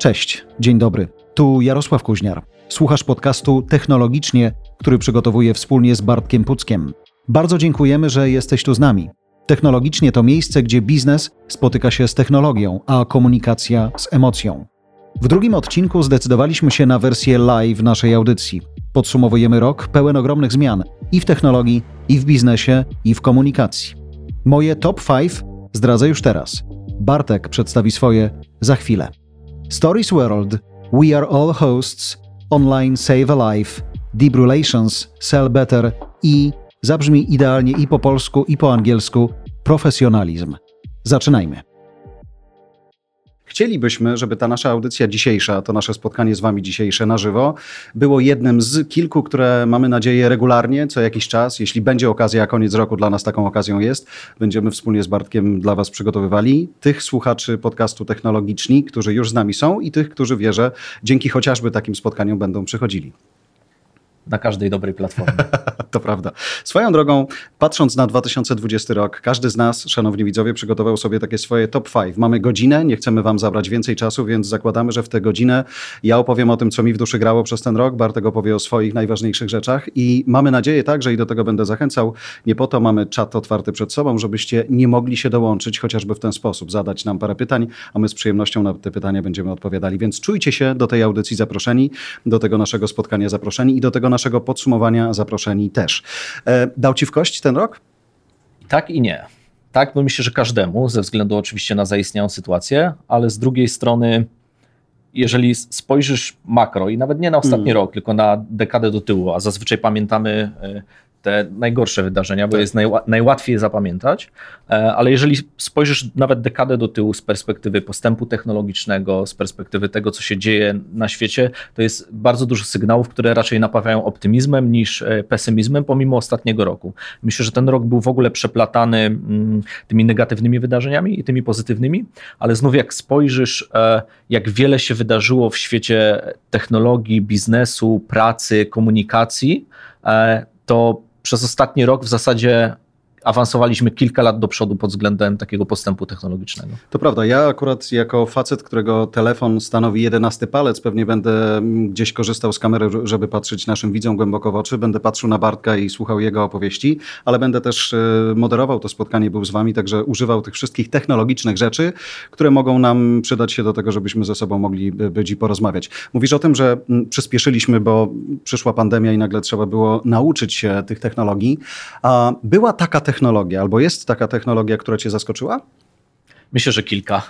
Cześć, dzień dobry. Tu Jarosław Kuźniar. Słuchasz podcastu Technologicznie, który przygotowuję wspólnie z Bartkiem Puckiem. Bardzo dziękujemy, że jesteś tu z nami. Technologicznie to miejsce, gdzie biznes spotyka się z technologią, a komunikacja z emocją. W drugim odcinku zdecydowaliśmy się na wersję live naszej audycji. Podsumowujemy rok pełen ogromnych zmian i w technologii, i w biznesie, i w komunikacji. Moje top 5 zdradzę już teraz. Bartek przedstawi swoje za chwilę. Stories World, We Are All Hosts, Online Save a Life, Deep Relations, Sell Better i zabrzmi idealnie i po polsku, i po angielsku profesjonalizm. Zaczynajmy. Chcielibyśmy, żeby ta nasza audycja dzisiejsza, to nasze spotkanie z Wami dzisiejsze na żywo, było jednym z kilku, które mamy nadzieję regularnie, co jakiś czas, jeśli będzie okazja, a koniec roku dla nas taką okazją jest, będziemy wspólnie z Bartkiem dla Was przygotowywali tych słuchaczy podcastu Technologiczni, którzy już z nami są i tych, którzy wierzę, dzięki chociażby takim spotkaniom będą przychodzili. Na każdej dobrej platformie. To prawda. Swoją drogą, patrząc na 2020 rok, każdy z nas, szanowni widzowie, przygotował sobie takie swoje top 5. Mamy godzinę, nie chcemy wam zabrać więcej czasu, więc zakładamy, że w tę godzinę ja opowiem o tym, co mi w duszy grało przez ten rok, Bartek opowie o swoich najważniejszych rzeczach i mamy nadzieję także i do tego będę zachęcał, nie po to mamy czat otwarty przed sobą, żebyście nie mogli się dołączyć, chociażby w ten sposób, zadać nam parę pytań, a my z przyjemnością na te pytania będziemy odpowiadali, więc czujcie się do tej audycji zaproszeni, do tego naszego spotkania zaproszeni i do tego naszego podsumowania zaproszeni też. Dał Ci w kość ten rok? Tak i nie. Tak, bo myślę, że każdemu, ze względu oczywiście na zaistniałą sytuację, ale z drugiej strony, jeżeli spojrzysz makro i nawet nie na ostatni rok, tylko na dekadę do tyłu, a zazwyczaj pamiętamy te najgorsze wydarzenia, bo jest najłatwiej je zapamiętać, ale jeżeli spojrzysz nawet dekadę do tyłu z perspektywy postępu technologicznego, z perspektywy tego, co się dzieje na świecie, to jest bardzo dużo sygnałów, które raczej napawają optymizmem niż pesymizmem, pomimo ostatniego roku. Myślę, że ten rok był w ogóle przeplatany tymi negatywnymi wydarzeniami i tymi pozytywnymi, ale znów jak spojrzysz, jak wiele się wydarzyło w świecie technologii, biznesu, pracy, komunikacji, to przez ostatni rok w zasadzie awansowaliśmy kilka lat do przodu pod względem takiego postępu technologicznego. To prawda. Ja akurat jako facet, którego telefon stanowi 11 palec, pewnie będę gdzieś korzystał z kamery, żeby patrzeć naszym widzom głęboko w oczy. Będę patrzył na Bartka i słuchał jego opowieści, ale będę też moderował to spotkanie, był z Wami, także używał tych wszystkich technologicznych rzeczy, które mogą nam przydać się do tego, żebyśmy ze sobą mogli być i porozmawiać. Mówisz o tym, że przyspieszyliśmy, bo przyszła pandemia i nagle trzeba było nauczyć się tych technologii. A była taka technologia, albo jest taka technologia, która Cię zaskoczyła? Myślę, że kilka.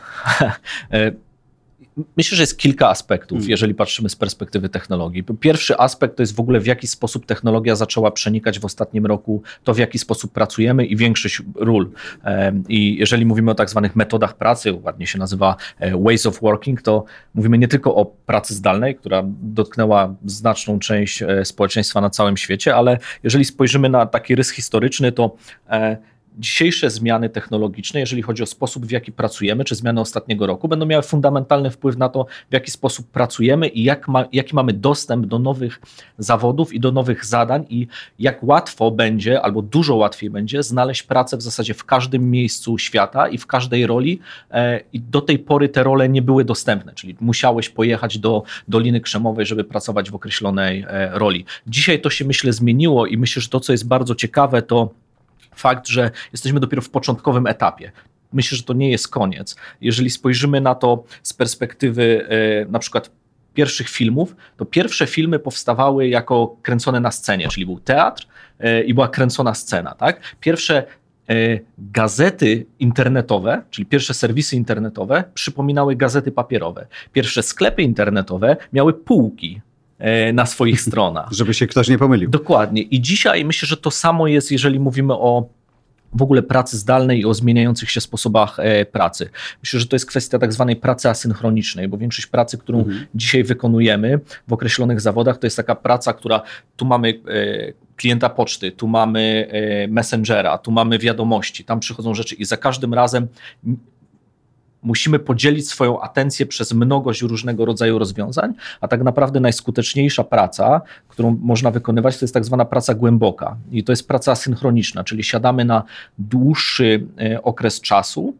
Myślę, że jest kilka aspektów, jeżeli patrzymy z perspektywy technologii. Pierwszy aspekt to jest w ogóle w jaki sposób technologia zaczęła przenikać w ostatnim roku, to w jaki sposób pracujemy i większość ról. I jeżeli mówimy o tak zwanych metodach pracy, ładnie się nazywa ways of working, to mówimy nie tylko o pracy zdalnej, która dotknęła znaczną część społeczeństwa na całym świecie, ale jeżeli spojrzymy na taki rys historyczny, to dzisiejsze zmiany technologiczne, jeżeli chodzi o sposób, w jaki pracujemy, czy zmiany ostatniego roku, będą miały fundamentalny wpływ na to, w jaki sposób pracujemy i jaki mamy dostęp do nowych zawodów i do nowych zadań i jak łatwo będzie, albo dużo łatwiej będzie znaleźć pracę w zasadzie w każdym miejscu świata i w każdej roli. I do tej pory te role nie były dostępne, czyli musiałeś pojechać do Doliny Krzemowej, żeby pracować w określonej roli. Dzisiaj to się, myślę, zmieniło i myślę, że to, co jest bardzo ciekawe, to fakt, że jesteśmy dopiero w początkowym etapie. Myślę, że to nie jest koniec. Jeżeli spojrzymy na to z perspektywy na przykład pierwszych filmów, to pierwsze filmy powstawały jako kręcone na scenie, czyli był teatr i była kręcona scena. Tak? Pierwsze gazety internetowe, czyli pierwsze serwisy internetowe przypominały gazety papierowe. Pierwsze sklepy internetowe miały półki na swoich stronach. Żeby się ktoś nie pomylił. Dokładnie. I dzisiaj myślę, że to samo jest, jeżeli mówimy o w ogóle pracy zdalnej i o zmieniających się sposobach pracy. Myślę, że to jest kwestia tak zwanej pracy asynchronicznej, bo większość pracy, którą dzisiaj wykonujemy w określonych zawodach, to jest taka praca, która tu mamy klienta poczty, tu mamy messengera, tu mamy wiadomości, tam przychodzą rzeczy i za każdym razem musimy podzielić swoją atencję przez mnogość różnego rodzaju rozwiązań, a tak naprawdę najskuteczniejsza praca, którą można wykonywać, to jest tak zwana praca głęboka. I to jest praca asynchroniczna, czyli siadamy na dłuższy okres czasu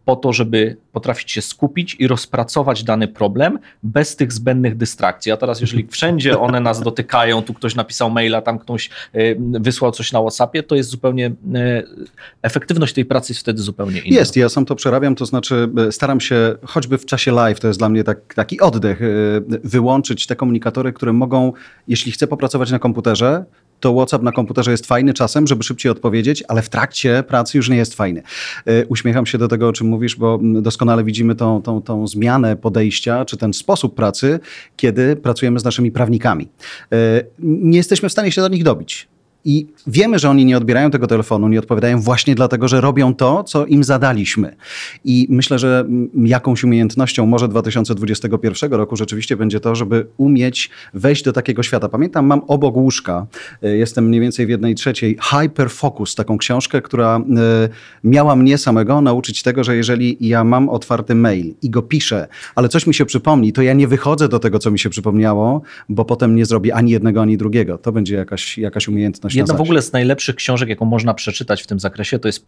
po to, żeby potrafić się skupić i rozpracować dany problem bez tych zbędnych dystrakcji. A teraz jeżeli wszędzie one nas dotykają, tu ktoś napisał maila, tam ktoś wysłał coś na WhatsAppie, to jest zupełnie, efektywność tej pracy jest wtedy zupełnie inna. Jest, ja sam to przerabiam, to znaczy staram się, choćby w czasie live, to jest dla mnie taki oddech, wyłączyć te komunikatory, które mogą, jeśli chcę popracować na komputerze, to WhatsApp na komputerze jest fajny czasem, żeby szybciej odpowiedzieć, ale w trakcie pracy już nie jest fajny. Uśmiecham się do tego, o czym mówisz, bo doskonale widzimy tą zmianę podejścia, czy ten sposób pracy, kiedy pracujemy z naszymi prawnikami. Nie jesteśmy w stanie się do nich dobić. I wiemy, że oni nie odbierają tego telefonu, nie odpowiadają właśnie dlatego, że robią to, co im zadaliśmy. I myślę, że jakąś umiejętnością może 2021 roku rzeczywiście będzie to, żeby umieć wejść do takiego świata. Pamiętam, mam obok łóżka, jestem mniej więcej w 1/3, Hyperfocus, taką książkę, która miała mnie samego nauczyć tego, że jeżeli ja mam otwarty mail i go piszę, ale coś mi się przypomni, to ja nie wychodzę do tego, co mi się przypomniało, bo potem nie zrobię ani jednego, ani drugiego. To będzie jakaś umiejętność. Jedna w ogóle z najlepszych książek, jaką można przeczytać w tym zakresie, to jest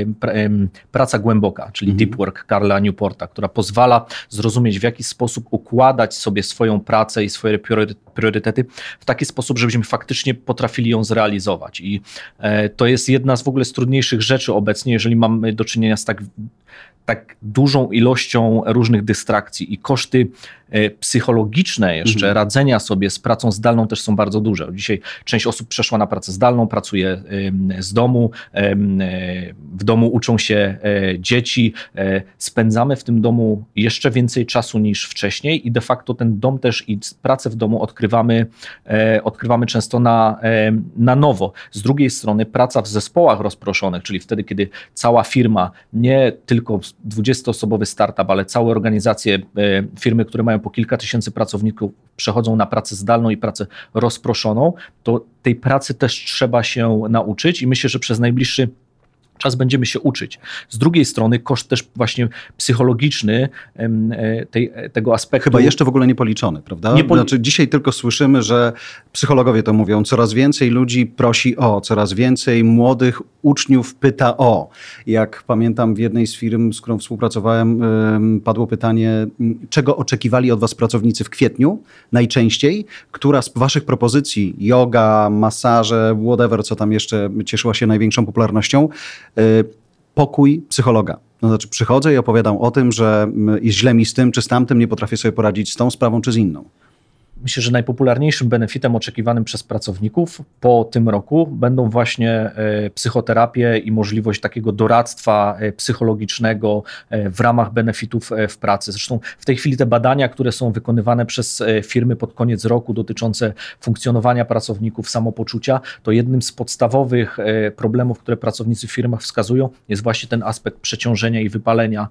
Praca głęboka, czyli Deep Work Carla Newporta, która pozwala zrozumieć, w jaki sposób układać sobie swoją pracę i swoje priorytety w taki sposób, żebyśmy faktycznie potrafili ją zrealizować. I to jest jedna z w ogóle z trudniejszych rzeczy obecnie, jeżeli mamy do czynienia z tak dużą ilością różnych dystrakcji i koszty psychologiczne jeszcze radzenia sobie z pracą zdalną też są bardzo duże. Dzisiaj część osób przeszła na pracę zdalną, pracuje z domu, w domu uczą się dzieci, spędzamy w tym domu jeszcze więcej czasu niż wcześniej i de facto ten dom też i pracę w domu odkrywamy często na nowo. Z drugiej strony praca w zespołach rozproszonych, czyli wtedy, kiedy cała firma, nie tylko 20-osobowy startup, ale całe organizacje, firmy, które mają po kilka tysięcy pracowników, przechodzą na pracę zdalną i pracę rozproszoną, to tej pracy też trzeba się nauczyć i myślę, że przez najbliższy czas będziemy się uczyć. Z drugiej strony koszt też właśnie psychologiczny tego aspektu. Chyba jeszcze w ogóle nie policzony, prawda? Znaczy dzisiaj tylko słyszymy, że psychologowie to mówią, coraz więcej ludzi prosi o, coraz więcej młodych uczniów pyta o. Jak pamiętam w jednej z firm, z którą współpracowałem, padło pytanie, czego oczekiwali od was pracownicy w kwietniu najczęściej, która z waszych propozycji, yoga, masaże, whatever, co tam jeszcze cieszyła się największą popularnością, pokój psychologa. No znaczy przychodzę i opowiadam o tym, że jest źle mi z tym czy z tamtym, nie potrafię sobie poradzić z tą sprawą czy z inną. Myślę, że najpopularniejszym benefitem oczekiwanym przez pracowników po tym roku będą właśnie psychoterapie i możliwość takiego doradztwa psychologicznego w ramach benefitów w pracy. Zresztą w tej chwili te badania, które są wykonywane przez firmy pod koniec roku dotyczące funkcjonowania pracowników, samopoczucia, to jednym z podstawowych problemów, które pracownicy w firmach wskazują, jest właśnie ten aspekt przeciążenia i wypalenia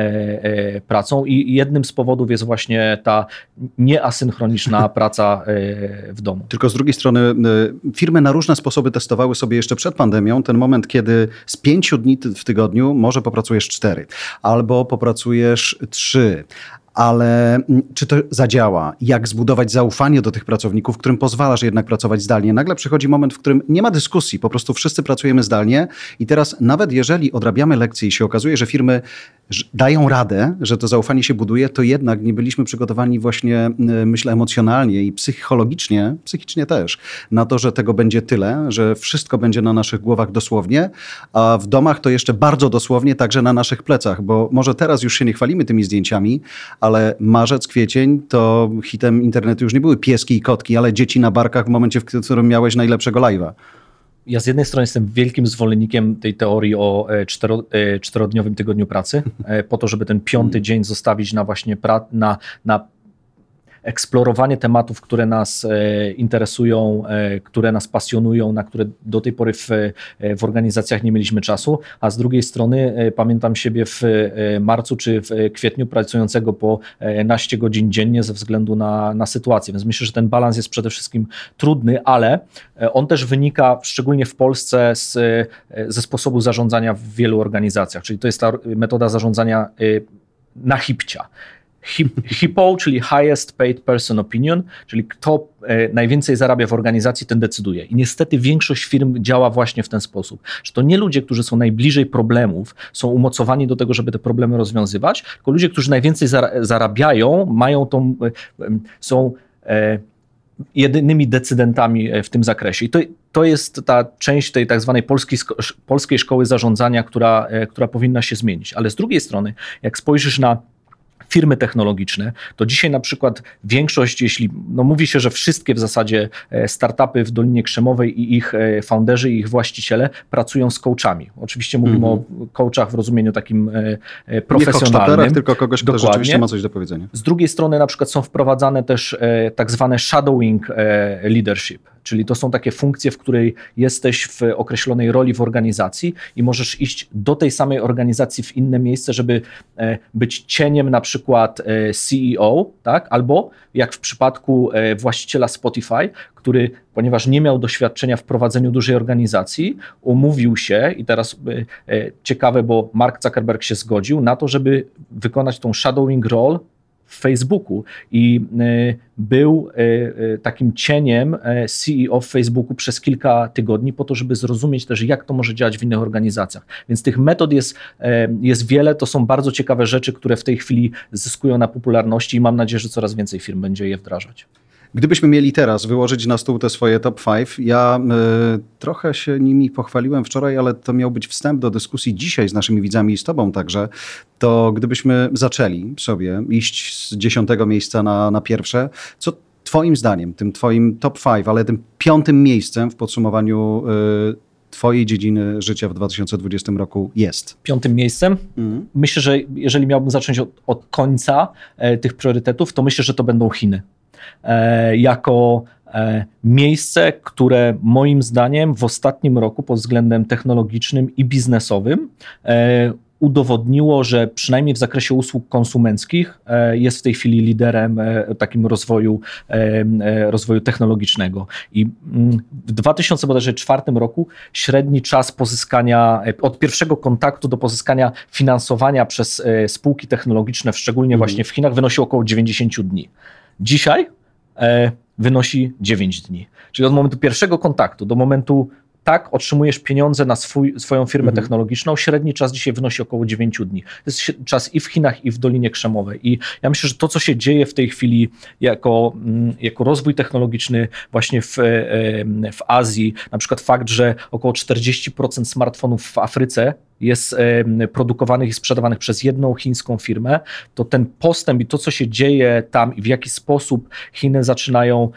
pracą i jednym z powodów jest właśnie ta nieasynchroniczna praca w domu. Tylko z drugiej strony firmy na różne sposoby testowały sobie jeszcze przed pandemią ten moment, kiedy z 5 dni w tygodniu może popracujesz 4 albo popracujesz 3. Ale czy to zadziała? Jak zbudować zaufanie do tych pracowników, którym pozwalasz jednak pracować zdalnie? Nagle przychodzi moment, w którym nie ma dyskusji, po prostu wszyscy pracujemy zdalnie i teraz nawet jeżeli odrabiamy lekcje i się okazuje, że firmy dają radę, że to zaufanie się buduje, to jednak nie byliśmy przygotowani właśnie, myślę, emocjonalnie i psychicznie też, na to, że tego będzie tyle, że wszystko będzie na naszych głowach dosłownie, a w domach to jeszcze bardzo dosłownie, także na naszych plecach, bo może teraz już się nie chwalimy tymi zdjęciami, ale marzec, kwiecień to hitem internetu już nie były pieski i kotki, ale dzieci na barkach w momencie, w którym miałeś najlepszego live'a. Ja z jednej strony jestem wielkim zwolennikiem tej teorii o czterodniowym tygodniu pracy, po to, żeby ten 5. dzień zostawić na właśnie na eksplorowanie tematów, które nas interesują, które nas pasjonują, na które do tej pory w organizacjach nie mieliśmy czasu, a z drugiej strony pamiętam siebie w marcu czy w kwietniu pracującego po naście godzin dziennie ze względu na sytuację, więc myślę, że ten balans jest przede wszystkim trudny, ale on też wynika szczególnie w Polsce ze sposobu zarządzania w wielu organizacjach, czyli to jest ta metoda zarządzania na hipcia. HIPO, czyli Highest Paid Person Opinion, czyli kto najwięcej zarabia w organizacji, ten decyduje. I niestety większość firm działa właśnie w ten sposób, że to nie ludzie, którzy są najbliżej problemów, są umocowani do tego, żeby te problemy rozwiązywać, tylko ludzie, którzy najwięcej zarabiają, mają są jedynymi decydentami w tym zakresie. I to jest ta część tej tak zwanej polskiej szkoły zarządzania, która powinna się zmienić. Ale z drugiej strony, jak spojrzysz na firmy technologiczne, to dzisiaj na przykład większość, mówi się, że wszystkie w zasadzie startupy w Dolinie Krzemowej i ich founderzy i ich właściciele pracują z coachami. Oczywiście mówimy o coachach w rozumieniu takim profesjonalnym. Nie tylko kogoś, kto rzeczywiście ma coś do powiedzenia. Z drugiej strony na przykład są wprowadzane też tak zwane shadowing leadership, czyli to są takie funkcje, w której jesteś w określonej roli w organizacji i możesz iść do tej samej organizacji w inne miejsce, żeby być cieniem na przykład CEO, tak? Albo jak w przypadku właściciela Spotify, który, ponieważ nie miał doświadczenia w prowadzeniu dużej organizacji, umówił się, i teraz ciekawe, bo Mark Zuckerberg się zgodził na to, żeby wykonać tą shadowing role w Facebooku i był takim cieniem CEO w Facebooku przez kilka tygodni po to, żeby zrozumieć też, jak to może działać w innych organizacjach. Więc tych metod jest wiele, to są bardzo ciekawe rzeczy, które w tej chwili zyskują na popularności i mam nadzieję, że coraz więcej firm będzie je wdrażać. Gdybyśmy mieli teraz wyłożyć na stół te swoje top 5, ja trochę się nimi pochwaliłem wczoraj, ale to miał być wstęp do dyskusji dzisiaj z naszymi widzami i z tobą także, to gdybyśmy zaczęli sobie iść z 10. miejsca na pierwsze, co twoim zdaniem, tym twoim top 5, ale tym 5. miejscem w podsumowaniu twojej dziedziny życia w 2020 roku jest? 5. miejscem? Myślę, że jeżeli miałbym zacząć od końca tych priorytetów, to myślę, że to będą Chiny. Jako miejsce, które moim zdaniem w ostatnim roku pod względem technologicznym i biznesowym udowodniło, że przynajmniej w zakresie usług konsumenckich jest w tej chwili liderem takim rozwoju technologicznego. I w 2004 roku średni czas pozyskania, od pierwszego kontaktu do pozyskania finansowania przez spółki technologiczne, szczególnie właśnie w Chinach, wynosił około 90 dni. Dzisiaj wynosi 9 dni. Czyli od momentu pierwszego kontaktu do momentu, tak, otrzymujesz pieniądze na swoją firmę technologiczną, średni czas dzisiaj wynosi około 9 dni. To jest czas i w Chinach, i w Dolinie Krzemowej. I ja myślę, że to, co się dzieje w tej chwili jako rozwój technologiczny właśnie w Azji, na przykład fakt, że około 40% smartfonów w Afryce jest produkowanych i sprzedawanych przez jedną chińską firmę, to ten postęp i to, co się dzieje tam i w jaki sposób Chiny zaczynają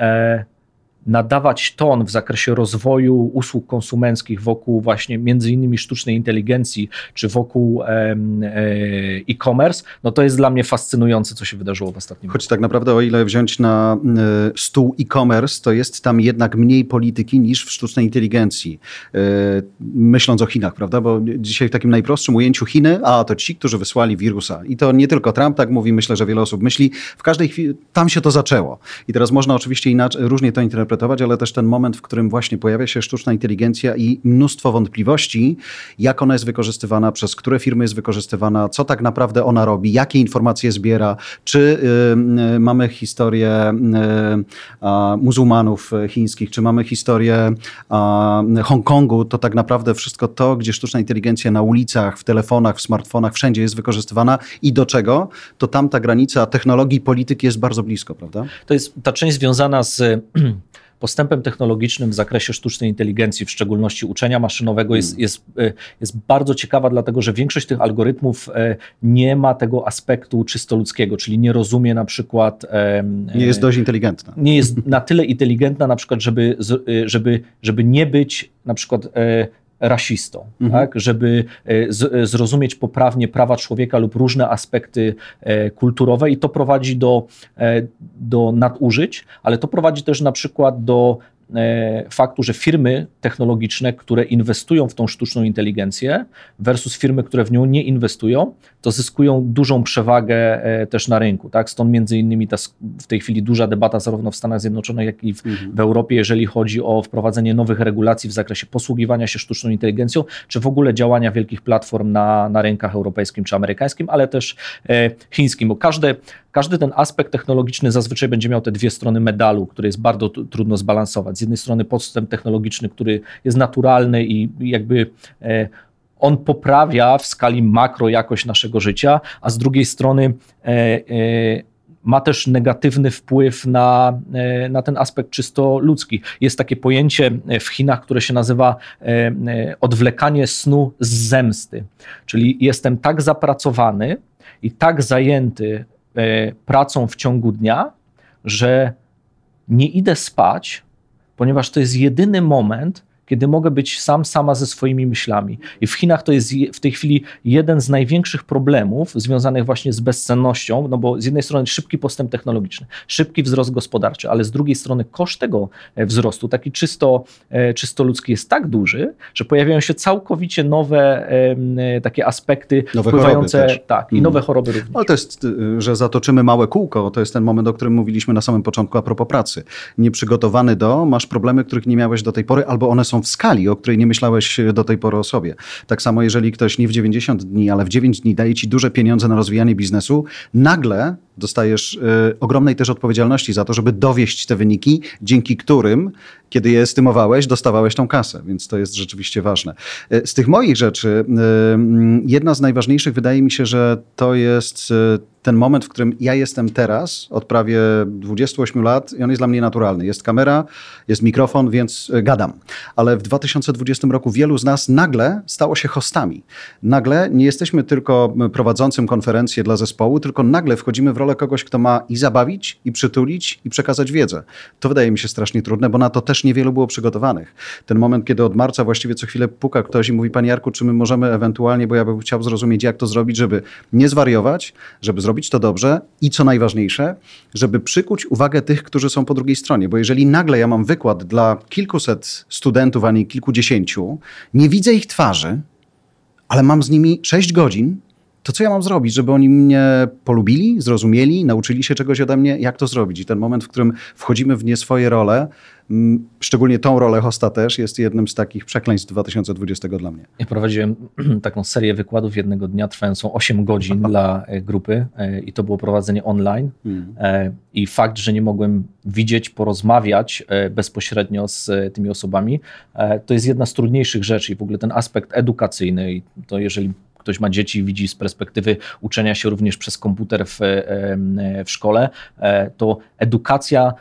nadawać ton w zakresie rozwoju usług konsumenckich wokół właśnie między innymi sztucznej inteligencji, czy wokół e-commerce, no to jest dla mnie fascynujące, co się wydarzyło w ostatnim roku. Choć tak naprawdę o ile wziąć na stół e-commerce, to jest tam jednak mniej polityki niż w sztucznej inteligencji. Myśląc o Chinach, prawda? Bo dzisiaj w takim najprostszym ujęciu Chiny, a to ci, którzy wysłali wirusa. I to nie tylko Trump tak mówi, myślę, że wiele osób myśli. W każdej chwili tam się to zaczęło. I teraz można oczywiście inaczej, różnie to interpretować, ale też ten moment, w którym właśnie pojawia się sztuczna inteligencja i mnóstwo wątpliwości, jak ona jest wykorzystywana, przez które firmy jest wykorzystywana, co tak naprawdę ona robi, jakie informacje zbiera, czy mamy historię muzułmanów chińskich, czy mamy historię Hongkongu, to tak naprawdę wszystko to, gdzie sztuczna inteligencja na ulicach, w telefonach, w smartfonach, wszędzie jest wykorzystywana i do czego, to tam ta granica technologii i polityki jest bardzo blisko, prawda? To jest ta część związana z postępem technologicznym w zakresie sztucznej inteligencji, w szczególności uczenia maszynowego jest bardzo ciekawa, dlatego że większość tych algorytmów nie ma tego aspektu czysto ludzkiego, czyli nie rozumie na przykład... Nie jest dość inteligentna. Nie jest na tyle inteligentna na przykład, żeby nie być na przykład rasistą, tak? Żeby zrozumieć poprawnie prawa człowieka lub różne aspekty kulturowe i to prowadzi do nadużyć, ale to prowadzi też na przykład do faktu, że firmy technologiczne, które inwestują w tą sztuczną inteligencję versus firmy, które w nią nie inwestują, to zyskują dużą przewagę też na rynku. Tak? Stąd między innymi w tej chwili duża debata zarówno w Stanach Zjednoczonych, jak i w Europie, jeżeli chodzi o wprowadzenie nowych regulacji w zakresie posługiwania się sztuczną inteligencją, czy w ogóle działania wielkich platform na rynkach europejskim czy amerykańskim, ale też chińskim, bo każdy ten aspekt technologiczny zazwyczaj będzie miał te dwie strony medalu, które jest bardzo trudno zbalansować. Z jednej strony postęp technologiczny, który jest naturalny i jakby on poprawia w skali makro jakość naszego życia, a z drugiej strony ma też negatywny wpływ na ten aspekt czysto ludzki. Jest takie pojęcie w Chinach, które się nazywa odwlekanie snu z zemsty. Czyli jestem tak zapracowany i tak zajęty pracą w ciągu dnia, że nie idę spać, ponieważ to jest jedyny moment, kiedy mogę być sama ze swoimi myślami. I w Chinach to jest w tej chwili jeden z największych problemów związanych właśnie z bezsennością, no bo z jednej strony szybki postęp technologiczny, szybki wzrost gospodarczy, ale z drugiej strony koszt tego wzrostu, taki czysto ludzki, jest tak duży, że pojawiają się całkowicie nowe takie aspekty wpływające, tak, i nowe choroby również. Ale to jest, że zatoczymy małe kółko, to jest ten moment, o którym mówiliśmy na samym początku a propos pracy. Nieprzygotowany masz problemy, których nie miałeś do tej pory, albo one są w skali, o której nie myślałeś do tej pory o sobie. Tak samo jeżeli ktoś nie w 90 dni, ale w 9 dni daje ci duże pieniądze na rozwijanie biznesu, nagle dostajesz ogromnej też odpowiedzialności za to, żeby dowieść te wyniki, dzięki którym, kiedy je estymowałeś, dostawałeś tą kasę, więc to jest rzeczywiście ważne. Z tych moich rzeczy, jedna z najważniejszych wydaje mi się, że to jest ten moment, w którym ja jestem teraz, od prawie 28 lat i on jest dla mnie naturalny. Jest kamera, jest mikrofon, więc gadam. Ale w 2020 roku wielu z nas nagle stało się hostami. Nagle nie jesteśmy tylko prowadzącym konferencję dla zespołu, tylko nagle wchodzimy w rolę kogoś, kto ma i zabawić, i przytulić, i przekazać wiedzę. To wydaje mi się strasznie trudne, bo na to też niewielu było przygotowanych. Ten moment, kiedy od marca właściwie co chwilę puka ktoś i mówi: Panie Jarku, czy my możemy ewentualnie, bo ja bym chciał zrozumieć, jak to zrobić, żeby nie zwariować, żeby zrobić to dobrze i co najważniejsze, żeby przykuć uwagę tych, którzy są po drugiej stronie. Bo jeżeli nagle ja mam wykład dla kilkuset studentów, a nie kilkudziesięciu, nie widzę ich twarzy, ale mam z nimi 6 godzin, to co ja mam zrobić, żeby oni mnie polubili, zrozumieli, nauczyli się czegoś ode mnie? Jak to zrobić? I ten moment, w którym wchodzimy w nie swoje role, szczególnie tą rolę hosta też, jest jednym z takich przekleństw 2020 dla mnie. Ja prowadziłem taką serię wykładów jednego dnia, trwającą 8 godzin dla grupy i to było prowadzenie online. I fakt, że nie mogłem widzieć, porozmawiać bezpośrednio z tymi osobami, to jest jedna z trudniejszych rzeczy i w ogóle ten aspekt edukacyjny i to jeżeli ktoś ma dzieci i widzi z perspektywy uczenia się również przez komputer w szkole, to edukacja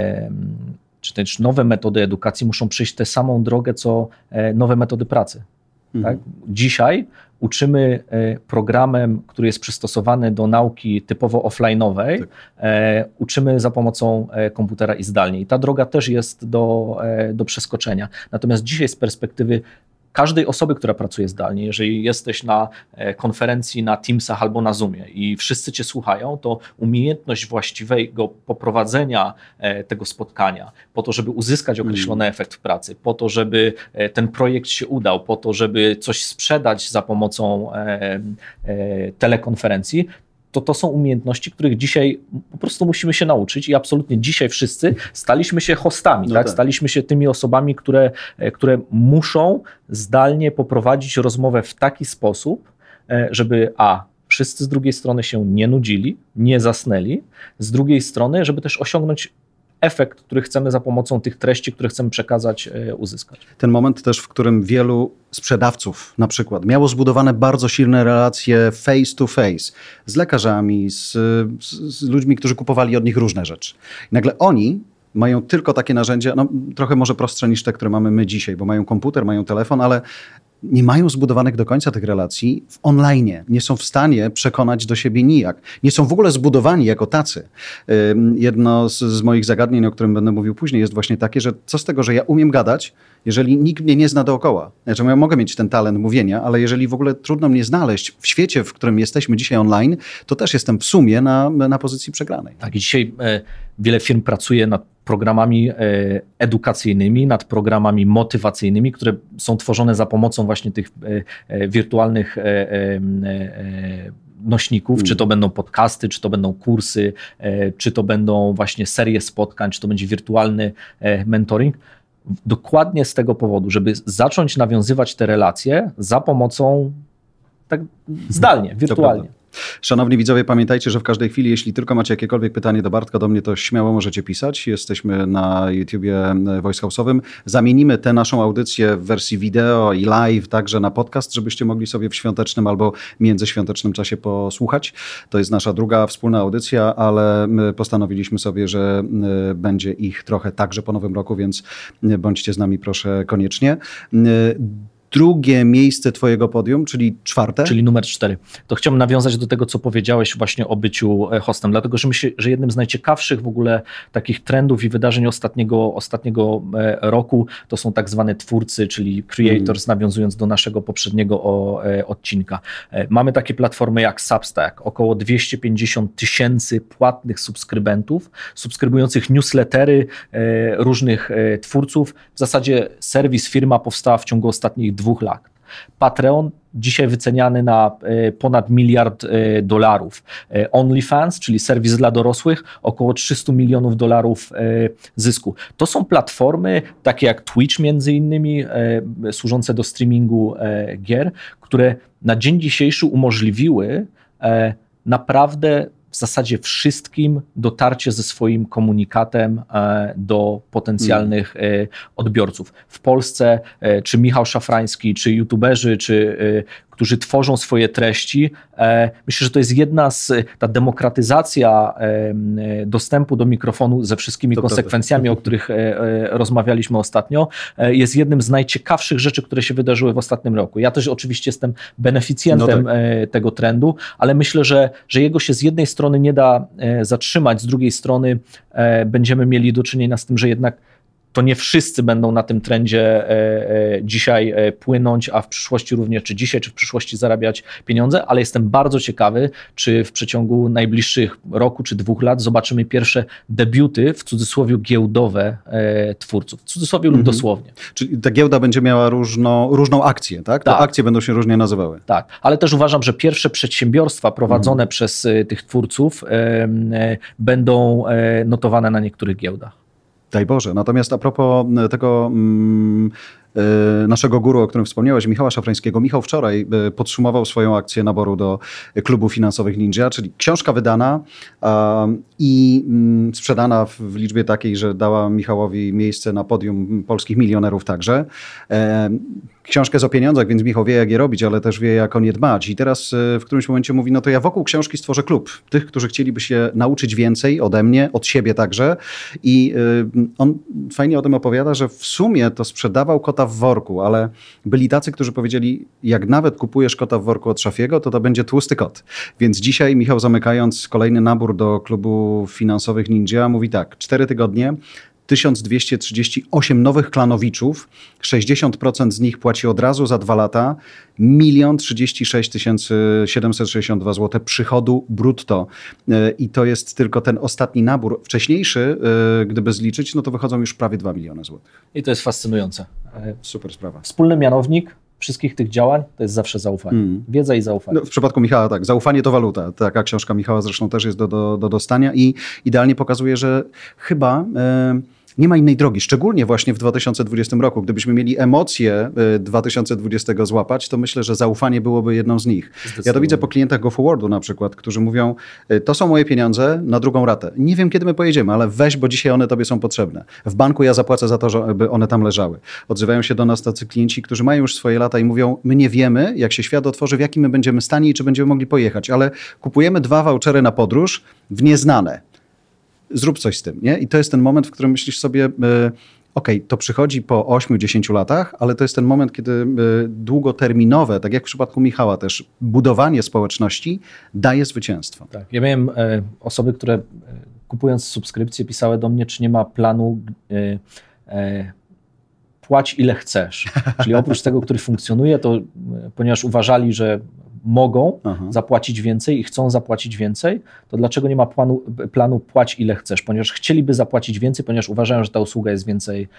czy też nowe metody edukacji muszą przejść tę samą drogę, co nowe metody pracy. Tak? Dzisiaj uczymy programem, który jest przystosowany do nauki typowo offline'owej, tak. Uczymy za pomocą komputera i zdalnie. I ta droga też jest do przeskoczenia. Natomiast dzisiaj z perspektywy każdej osoby, która pracuje zdalnie, jeżeli jesteś na konferencji na Teamsach albo na Zoomie i wszyscy cię słuchają, to umiejętność właściwego poprowadzenia tego spotkania po to, żeby uzyskać określony efekt w pracy, po to, żeby ten projekt się udał, po to, żeby coś sprzedać za pomocą telekonferencji, to są umiejętności, których dzisiaj po prostu musimy się nauczyć i absolutnie dzisiaj wszyscy staliśmy się hostami, no tak? Staliśmy się tymi osobami, które muszą zdalnie poprowadzić rozmowę w taki sposób, żeby wszyscy z drugiej strony się nie nudzili, nie zasnęli, z drugiej strony, żeby też osiągnąć efekt, który chcemy za pomocą tych treści, które chcemy przekazać, uzyskać. Ten moment też, w którym wielu sprzedawców na przykład miało zbudowane bardzo silne relacje face to face z lekarzami, z ludźmi, którzy kupowali od nich różne rzeczy. I nagle oni mają tylko takie narzędzia, trochę może prostsze niż te, które mamy my dzisiaj, bo mają komputer, mają telefon, ale nie mają zbudowanych do końca tych relacji w online. Nie są w stanie przekonać do siebie nijak. Nie są w ogóle zbudowani jako tacy. Jedno z moich zagadnień, o którym będę mówił później, jest właśnie takie, że co z tego, że ja umiem gadać, jeżeli nikt mnie nie zna dookoła. Znaczy, ja mogę mieć ten talent mówienia, ale jeżeli w ogóle trudno mnie znaleźć w świecie, w którym jesteśmy dzisiaj online, to też jestem w sumie na pozycji przegranej. Tak, i dzisiaj wiele firm pracuje nad programami edukacyjnymi, nad programami motywacyjnymi, które są tworzone za pomocą właśnie tych wirtualnych nośników, czy to będą podcasty, czy to będą kursy, czy to będą właśnie serie spotkań, czy to będzie wirtualny mentoring. Dokładnie z tego powodu, żeby zacząć nawiązywać te relacje za pomocą tak zdalnie, wirtualnie. Szanowni widzowie, pamiętajcie, że w każdej chwili, jeśli tylko macie jakiekolwiek pytanie do Bartka, do mnie, to śmiało możecie pisać. Jesteśmy na YouTubie Voice House'owym. Zamienimy tę naszą audycję w wersji wideo i live także na podcast, żebyście mogli sobie w świątecznym albo międzyświątecznym czasie posłuchać. To jest nasza druga wspólna audycja, ale my postanowiliśmy sobie, że będzie ich trochę także po Nowym Roku, więc bądźcie z nami proszę koniecznie. Drugie miejsce twojego podium, czyli 4. Czyli numer 4. To chciałbym nawiązać do tego, co powiedziałeś właśnie o byciu hostem, dlatego że myślę, że jednym z najciekawszych w ogóle takich trendów i wydarzeń ostatniego roku to są tak zwane twórcy, czyli creators, nawiązując do naszego poprzedniego odcinka. Mamy takie platformy jak Substack, około 250 000 płatnych subskrybentów, subskrybujących newslettery różnych twórców. W zasadzie serwis, firma powstała w ciągu ostatnich 2 lat. Patreon dzisiaj wyceniany na ponad $1 miliard. OnlyFans, czyli serwis dla dorosłych, około $300 milionów zysku. To są platformy takie jak Twitch między innymi, służące do streamingu gier, które na dzień dzisiejszy umożliwiły naprawdę w zasadzie wszystkim dotarcie ze swoim komunikatem do potencjalnych odbiorców. W Polsce czy Michał Szafrański, czy youtuberzy, którzy tworzą swoje treści. Myślę, że to jest ta demokratyzacja dostępu do mikrofonu ze wszystkimi konsekwencjami, o których rozmawialiśmy ostatnio, jest jednym z najciekawszych rzeczy, które się wydarzyły w ostatnim roku. Ja też oczywiście jestem beneficjentem tego trendu, ale myślę, że jego się z jednej strony nie da zatrzymać, z drugiej strony będziemy mieli do czynienia z tym, że jednak to nie wszyscy będą na tym trendzie dzisiaj płynąć, a w przyszłości również, czy dzisiaj, czy w przyszłości zarabiać pieniądze, ale jestem bardzo ciekawy, czy w przeciągu najbliższych roku, czy 2 lat zobaczymy pierwsze debiuty, w cudzysłowie giełdowe twórców. W cudzysłowie lub dosłownie. Czyli ta giełda będzie miała różną akcję, tak? Te akcje będą się różnie nazywały. Tak, ale też uważam, że pierwsze przedsiębiorstwa prowadzone przez tych twórców będą notowane na niektórych giełdach. Daj Boże. Natomiast a propos tego naszego guru, o którym wspomniałeś, Michała Szafrańskiego. Michał wczoraj podsumował swoją akcję naboru do klubów finansowych Ninja, czyli książka wydana i sprzedana w liczbie takiej, że dała Michałowi miejsce na podium polskich milionerów także. Książkę jest o pieniądzach, więc Michał wie, jak je robić, ale też wie, jak o nie dbać. I teraz w którymś momencie mówi, no to ja wokół książki stworzę klub. Tych, którzy chcieliby się nauczyć więcej ode mnie, od siebie także. I on fajnie o tym opowiada, że w sumie to sprzedawał kota w worku, ale byli tacy, którzy powiedzieli, jak nawet kupujesz kota w worku od Szafiego, to będzie tłusty kot. Więc dzisiaj Michał, zamykając kolejny nabór do klubów finansowych Ninja, mówi tak, 4 tygodnie, 1238 nowych klanowiczów, 60% z nich płaci od razu za 2 lata, 1 036 762 zł przychodu brutto. I to jest tylko ten ostatni nabór. Wcześniejszy, gdyby zliczyć, no to wychodzą już prawie 2 miliony złotych. I to jest fascynujące. Super sprawa. Wspólny mianownik wszystkich tych działań to jest zawsze zaufanie. Wiedza i zaufanie. No, w przypadku Michała tak, zaufanie to waluta. Taka książka Michała zresztą też jest do dostania i idealnie pokazuje, że chyba nie ma innej drogi, szczególnie właśnie w 2020 roku. Gdybyśmy mieli emocje 2020 złapać, to myślę, że zaufanie byłoby jedną z nich. Ja to widzę po klientach GoForwardu na przykład, którzy mówią, to są moje pieniądze na drugą ratę. Nie wiem, kiedy my pojedziemy, ale weź, bo dzisiaj one tobie są potrzebne. W banku ja zapłacę za to, żeby one tam leżały. Odzywają się do nas tacy klienci, którzy mają już swoje lata i mówią, my nie wiemy, jak się świat otworzy, w jakim my będziemy stanie i czy będziemy mogli pojechać, ale kupujemy 2 vouchery na podróż w nieznane. Zrób coś z tym, nie? I to jest ten moment, w którym myślisz sobie, okej, to przychodzi po 8-10 latach, ale to jest ten moment, kiedy długoterminowe, tak jak w przypadku Michała też, budowanie społeczności daje zwycięstwo. Tak. Ja miałem osoby, które kupując subskrypcję pisały do mnie, czy nie ma planu płać ile chcesz. Czyli oprócz tego, który funkcjonuje, to ponieważ uważali, że mogą zapłacić więcej i chcą zapłacić więcej, to dlaczego nie ma planu płać ile chcesz? Ponieważ chcieliby zapłacić więcej, ponieważ uważają, że ta usługa jest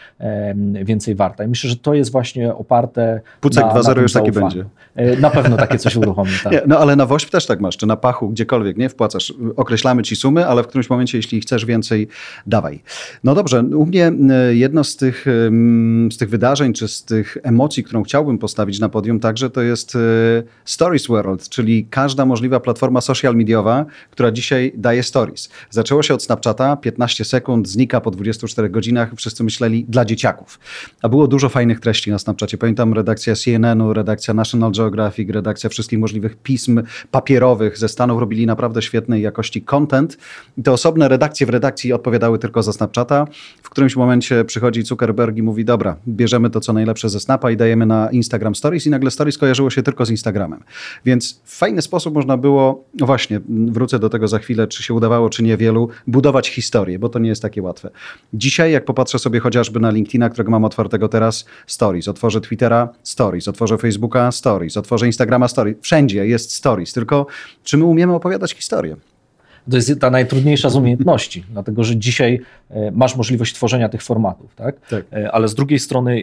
więcej warta. I myślę, że to jest właśnie oparte Pucek na 2.0 już taki zaufaniu. będzie. Na pewno takie coś uruchomi. Tak. Nie, no ale na WOŚP też tak masz, czy na Pachu, gdziekolwiek, nie? Wpłacasz, określamy ci sumy, ale w którymś momencie, jeśli chcesz więcej, dawaj. No dobrze, u mnie jedno z tych wydarzeń, czy z tych emocji, którą chciałbym postawić na podium także, to jest Stories World, czyli każda możliwa platforma social mediowa, która dzisiaj daje stories. Zaczęło się od Snapchata, 15 sekund, znika po 24 godzinach, wszyscy myśleli dla dzieciaków. A było dużo fajnych treści na Snapchacie. Pamiętam redakcja CNN-u, redakcja National Geographic, redakcja wszystkich możliwych pism papierowych ze Stanów robili naprawdę świetnej jakości content. I te osobne redakcje w redakcji odpowiadały tylko za Snapchata. W którymś momencie przychodzi Zuckerberg i mówi, dobra, bierzemy to co najlepsze ze Snapa i dajemy na Instagram Stories i nagle Stories kojarzyło się tylko z Instagramem. Więc w fajny sposób można było, no właśnie, wrócę do tego za chwilę, czy się udawało, czy niewielu, budować historię, bo to nie jest takie łatwe. Dzisiaj, jak popatrzę sobie chociażby na LinkedIna, którego mam otwartego teraz, Stories, otworzę Twittera, Stories, otworzę Facebooka, Stories, otworzę Instagrama, Stories. Wszędzie jest Stories, tylko czy my umiemy opowiadać historię? To jest ta najtrudniejsza z umiejętności, dlatego że dzisiaj masz możliwość tworzenia tych formatów, tak? Ale z drugiej strony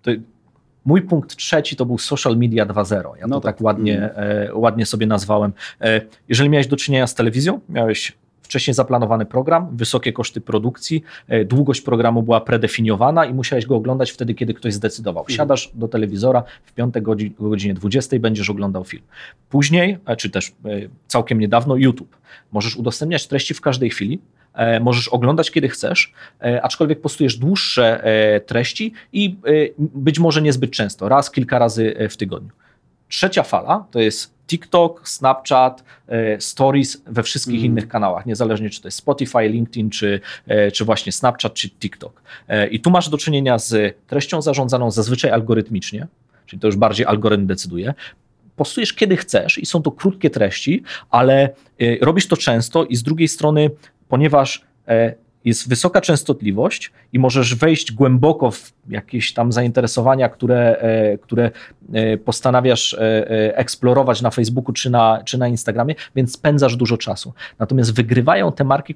mój punkt trzeci to był social media 2.0. Ja to tak ładnie sobie nazwałem. Jeżeli miałeś do czynienia z telewizją, miałeś wcześniej zaplanowany program, wysokie koszty produkcji, długość programu była predefiniowana i musiałeś go oglądać wtedy, kiedy ktoś zdecydował. Siadasz do telewizora, w piątek o godzinie 20 będziesz oglądał film. Później, czy też całkiem niedawno, YouTube. Możesz udostępniać treści w każdej chwili, możesz oglądać kiedy chcesz, aczkolwiek postujesz dłuższe treści i być może niezbyt często, raz, kilka razy w tygodniu. Trzecia fala to jest TikTok, Snapchat, Stories we wszystkich innych kanałach, niezależnie czy to jest Spotify, LinkedIn, czy właśnie Snapchat, czy TikTok. I tu masz do czynienia z treścią zarządzaną zazwyczaj algorytmicznie, czyli to już bardziej algorytm decyduje. Postujesz kiedy chcesz i są to krótkie treści, ale robisz to często i z drugiej strony, ponieważ jest wysoka częstotliwość i możesz wejść głęboko w jakieś tam zainteresowania, które postanawiasz eksplorować na Facebooku czy na Instagramie, więc spędzasz dużo czasu. Natomiast wygrywają te marki,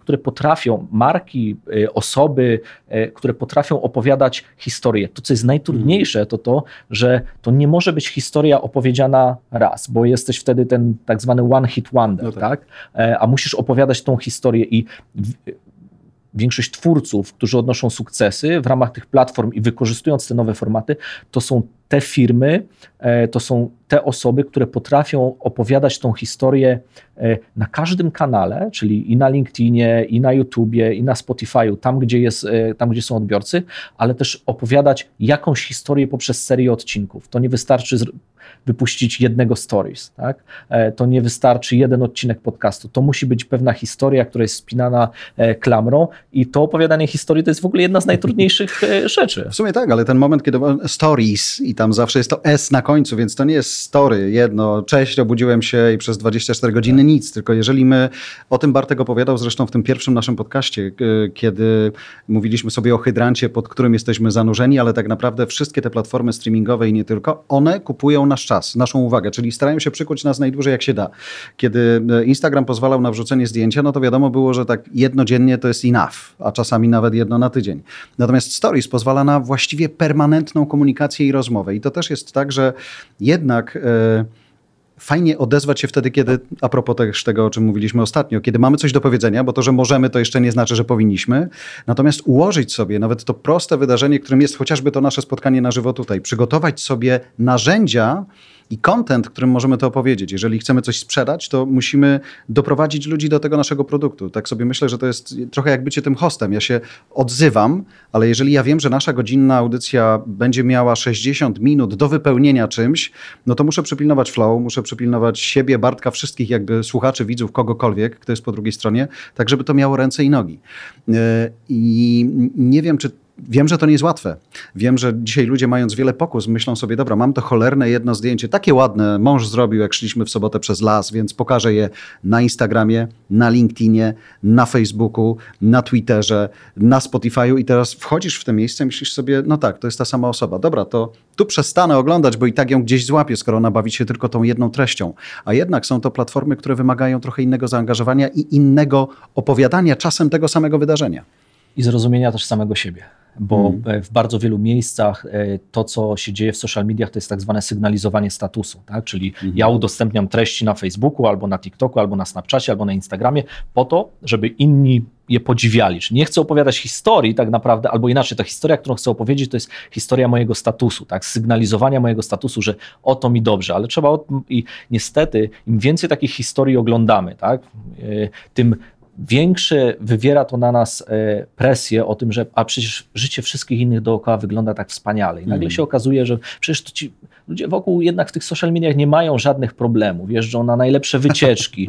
osoby, które potrafią opowiadać historię. To, co jest najtrudniejsze, to, że to nie może być historia opowiedziana raz, bo jesteś wtedy ten tak zwany one hit wonder, tak? A musisz opowiadać tą historię i większość twórców, którzy odnoszą sukcesy w ramach tych platform i wykorzystując te nowe formaty, to są te firmy, to są te osoby, które potrafią opowiadać tą historię na każdym kanale, czyli i na LinkedInie, i na YouTubie, i na Spotify'u, tam gdzie są odbiorcy, ale też opowiadać jakąś historię poprzez serię odcinków. To nie wystarczy wypuścić jednego stories, tak? To nie wystarczy jeden odcinek podcastu. To musi być pewna historia, która jest spinana klamrą i to opowiadanie historii to jest w ogóle jedna z najtrudniejszych rzeczy. W sumie tak, ale ten moment, kiedy stories i tam zawsze jest to S na końcu, więc to nie jest story, jedno, cześć, obudziłem się i przez 24 godziny nic, tylko jeżeli my, o tym Bartek opowiadał zresztą w tym pierwszym naszym podcaście, kiedy mówiliśmy sobie o hydrancie, pod którym jesteśmy zanurzeni, ale tak naprawdę wszystkie te platformy streamingowe i nie tylko, one kupują nasz czas, naszą uwagę, czyli starają się przykuć nas najdłużej jak się da. Kiedy Instagram pozwalał na wrzucenie zdjęcia, no to wiadomo było, że tak jednodziennie to jest enough, a czasami nawet jedno na tydzień. Natomiast Stories pozwala na właściwie permanentną komunikację i rozmowę. I to też jest tak, że jednak fajnie odezwać się wtedy, kiedy, a propos też tego, o czym mówiliśmy ostatnio, kiedy mamy coś do powiedzenia, bo to, że możemy, to jeszcze nie znaczy, że powinniśmy. Natomiast ułożyć sobie nawet to proste wydarzenie, którym jest chociażby to nasze spotkanie na żywo tutaj, przygotować sobie narzędzia i content, którym możemy to opowiedzieć. Jeżeli chcemy coś sprzedać, to musimy doprowadzić ludzi do tego naszego produktu. Tak sobie myślę, że to jest trochę jak bycie tym hostem. Ja się odzywam, ale jeżeli ja wiem, że nasza godzinna audycja będzie miała 60 minut do wypełnienia czymś, no to muszę przypilnować flow, muszę przypilnować siebie, Bartka, wszystkich jakby słuchaczy, widzów, kogokolwiek, kto jest po drugiej stronie, tak żeby to miało ręce i nogi. I nie wiem, czy wiem, że to nie jest łatwe. Wiem, że dzisiaj ludzie, mając wiele pokus, myślą sobie, dobra, mam to cholerne jedno zdjęcie, takie ładne, mąż zrobił, jak szliśmy w sobotę przez las, więc pokażę je na Instagramie, na LinkedInie, na Facebooku, na Twitterze, na Spotify'u i teraz wchodzisz w te miejsce i myślisz sobie, no tak, to jest ta sama osoba. Dobra, to tu przestanę oglądać, bo i tak ją gdzieś złapię, skoro ona bawi się tylko tą jedną treścią. A jednak są to platformy, które wymagają trochę innego zaangażowania i innego opowiadania czasem tego samego wydarzenia. I zrozumienia też samego siebie. Bo w bardzo wielu miejscach to, co się dzieje w social mediach, to jest tak zwane sygnalizowanie statusu. Tak? Czyli ja udostępniam treści na Facebooku, albo na TikToku, albo na Snapchacie, albo na Instagramie po to, żeby inni je podziwiali. Czyli nie chcę opowiadać historii tak naprawdę, albo inaczej, ta historia, którą chcę opowiedzieć, to jest historia mojego statusu, tak? Sygnalizowania mojego statusu, że oto mi dobrze, ale trzeba, i niestety im więcej takich historii oglądamy, tak? Tym większe wywiera to na nas presję o tym, że a przecież życie wszystkich innych dookoła wygląda tak wspaniale. I nagle się okazuje, że przecież to ci ludzie wokół jednak w tych social mediach nie mają żadnych problemów. Jeżdżą na najlepsze wycieczki,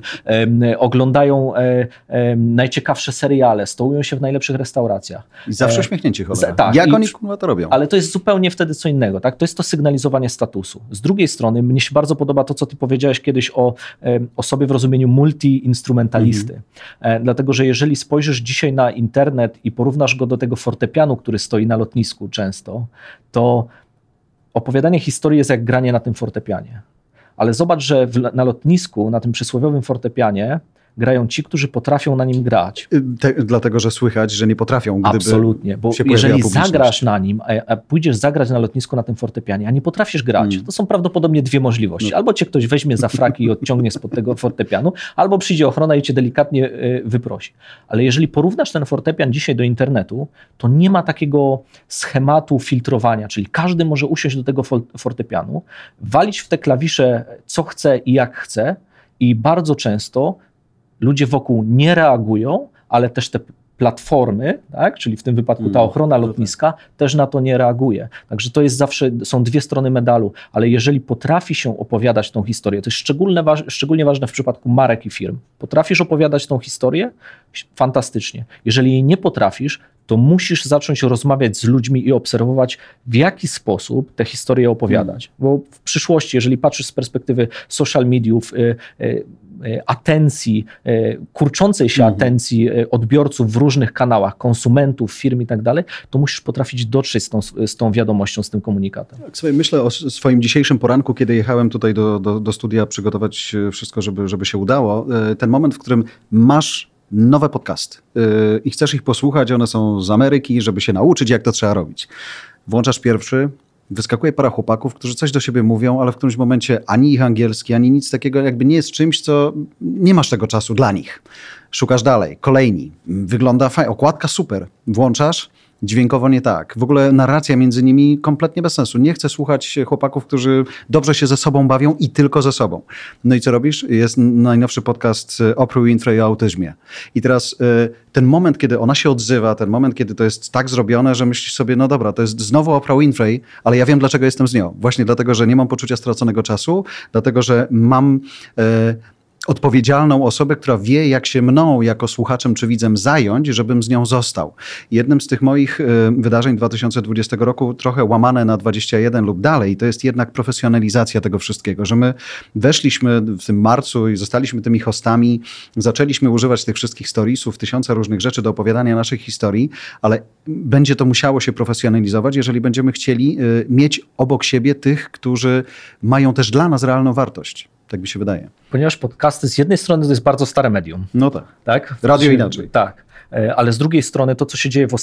oglądają najciekawsze seriale, stołują się w najlepszych restauracjach. I zawsze uśmiechnięci cholera. Tak, jak oni to robią? Ale to jest zupełnie wtedy co innego. Tak? To jest to sygnalizowanie statusu. Z drugiej strony mnie się bardzo podoba to, co ty powiedziałeś kiedyś o sobie w rozumieniu multi-instrumentalisty. Dlatego, że jeżeli spojrzysz dzisiaj na internet i porównasz go do tego fortepianu, który stoi na lotnisku często, to opowiadanie historii jest jak granie na tym fortepianie. Ale zobacz, że na lotnisku, na tym przysłowiowym fortepianie grają ci, którzy potrafią na nim grać. Dlatego, że słychać, że nie potrafią, gdyby absolutnie, bo jeżeli zagrasz na nim, a pójdziesz zagrać na lotnisku na tym fortepianie, a nie potrafisz grać, to są prawdopodobnie dwie możliwości. Albo cię ktoś weźmie za fraki i odciągnie spod tego fortepianu, albo przyjdzie ochrona i cię delikatnie wyprosi. Ale jeżeli porównasz ten fortepian dzisiaj do internetu, to nie ma takiego schematu filtrowania, czyli każdy może usiąść do tego fortepianu, walić w te klawisze co chce i jak chce i bardzo często ludzie wokół nie reagują, ale też te platformy, tak? Czyli w tym wypadku ta ochrona lotniska też na to nie reaguje. Także to jest zawsze, są dwie strony medalu, ale jeżeli potrafi się opowiadać tą historię, to jest szczególnie ważne w przypadku marek i firm. Potrafisz opowiadać tą historię? Fantastycznie. Jeżeli jej nie potrafisz, to musisz zacząć rozmawiać z ludźmi i obserwować, w jaki sposób te historie opowiadać. Bo w przyszłości, jeżeli patrzysz z perspektywy social mediów, atencji, kurczącej się atencji odbiorców w różnych kanałach, konsumentów, firm i tak dalej, to musisz potrafić dotrzeć z tą wiadomością, z tym komunikatem. Tak sobie myślę o swoim dzisiejszym poranku, kiedy jechałem tutaj do studia przygotować wszystko, żeby się udało. Ten moment, w którym masz nowe podcasty i chcesz ich posłuchać, one są z Ameryki, żeby się nauczyć, jak to trzeba robić. Włączasz pierwszy, wyskakuje para chłopaków, którzy coś do siebie mówią, ale w którymś momencie ani ich angielski, ani nic takiego jakby nie jest czymś, co nie masz tego czasu dla nich. Szukasz dalej, kolejni. Wygląda fajnie, okładka super. Włączasz, dźwiękowo nie tak. W ogóle narracja między nimi kompletnie bez sensu. Nie chcę słuchać chłopaków, którzy dobrze się ze sobą bawią i tylko ze sobą. No i co robisz? Jest najnowszy podcast Oprah Winfrey o autyzmie. I teraz ten moment, kiedy ona się odzywa, ten moment, kiedy to jest tak zrobione, że myślisz sobie, no dobra, to jest znowu Oprah Winfrey, ale ja wiem, dlaczego jestem z nią. Właśnie dlatego, że nie mam poczucia straconego czasu, dlatego, że mam odpowiedzialną osobę, która wie, jak się mną jako słuchaczem czy widzem zająć, żebym z nią został. Jednym z tych moich wydarzeń 2020 roku, trochę łamane na 21 lub dalej, to jest jednak profesjonalizacja tego wszystkiego, że my weszliśmy w tym marcu i zostaliśmy tymi hostami, zaczęliśmy używać tych wszystkich storiesów, tysiąca różnych rzeczy do opowiadania naszych historii, ale będzie to musiało się profesjonalizować, jeżeli będziemy chcieli mieć obok siebie tych, którzy mają też dla nas realną wartość. Tak mi się wydaje. Ponieważ podcasty z jednej strony to jest bardzo stare medium. No tak. Tak? Radio inaczej. Tak. Ale z drugiej strony to, co się dzieje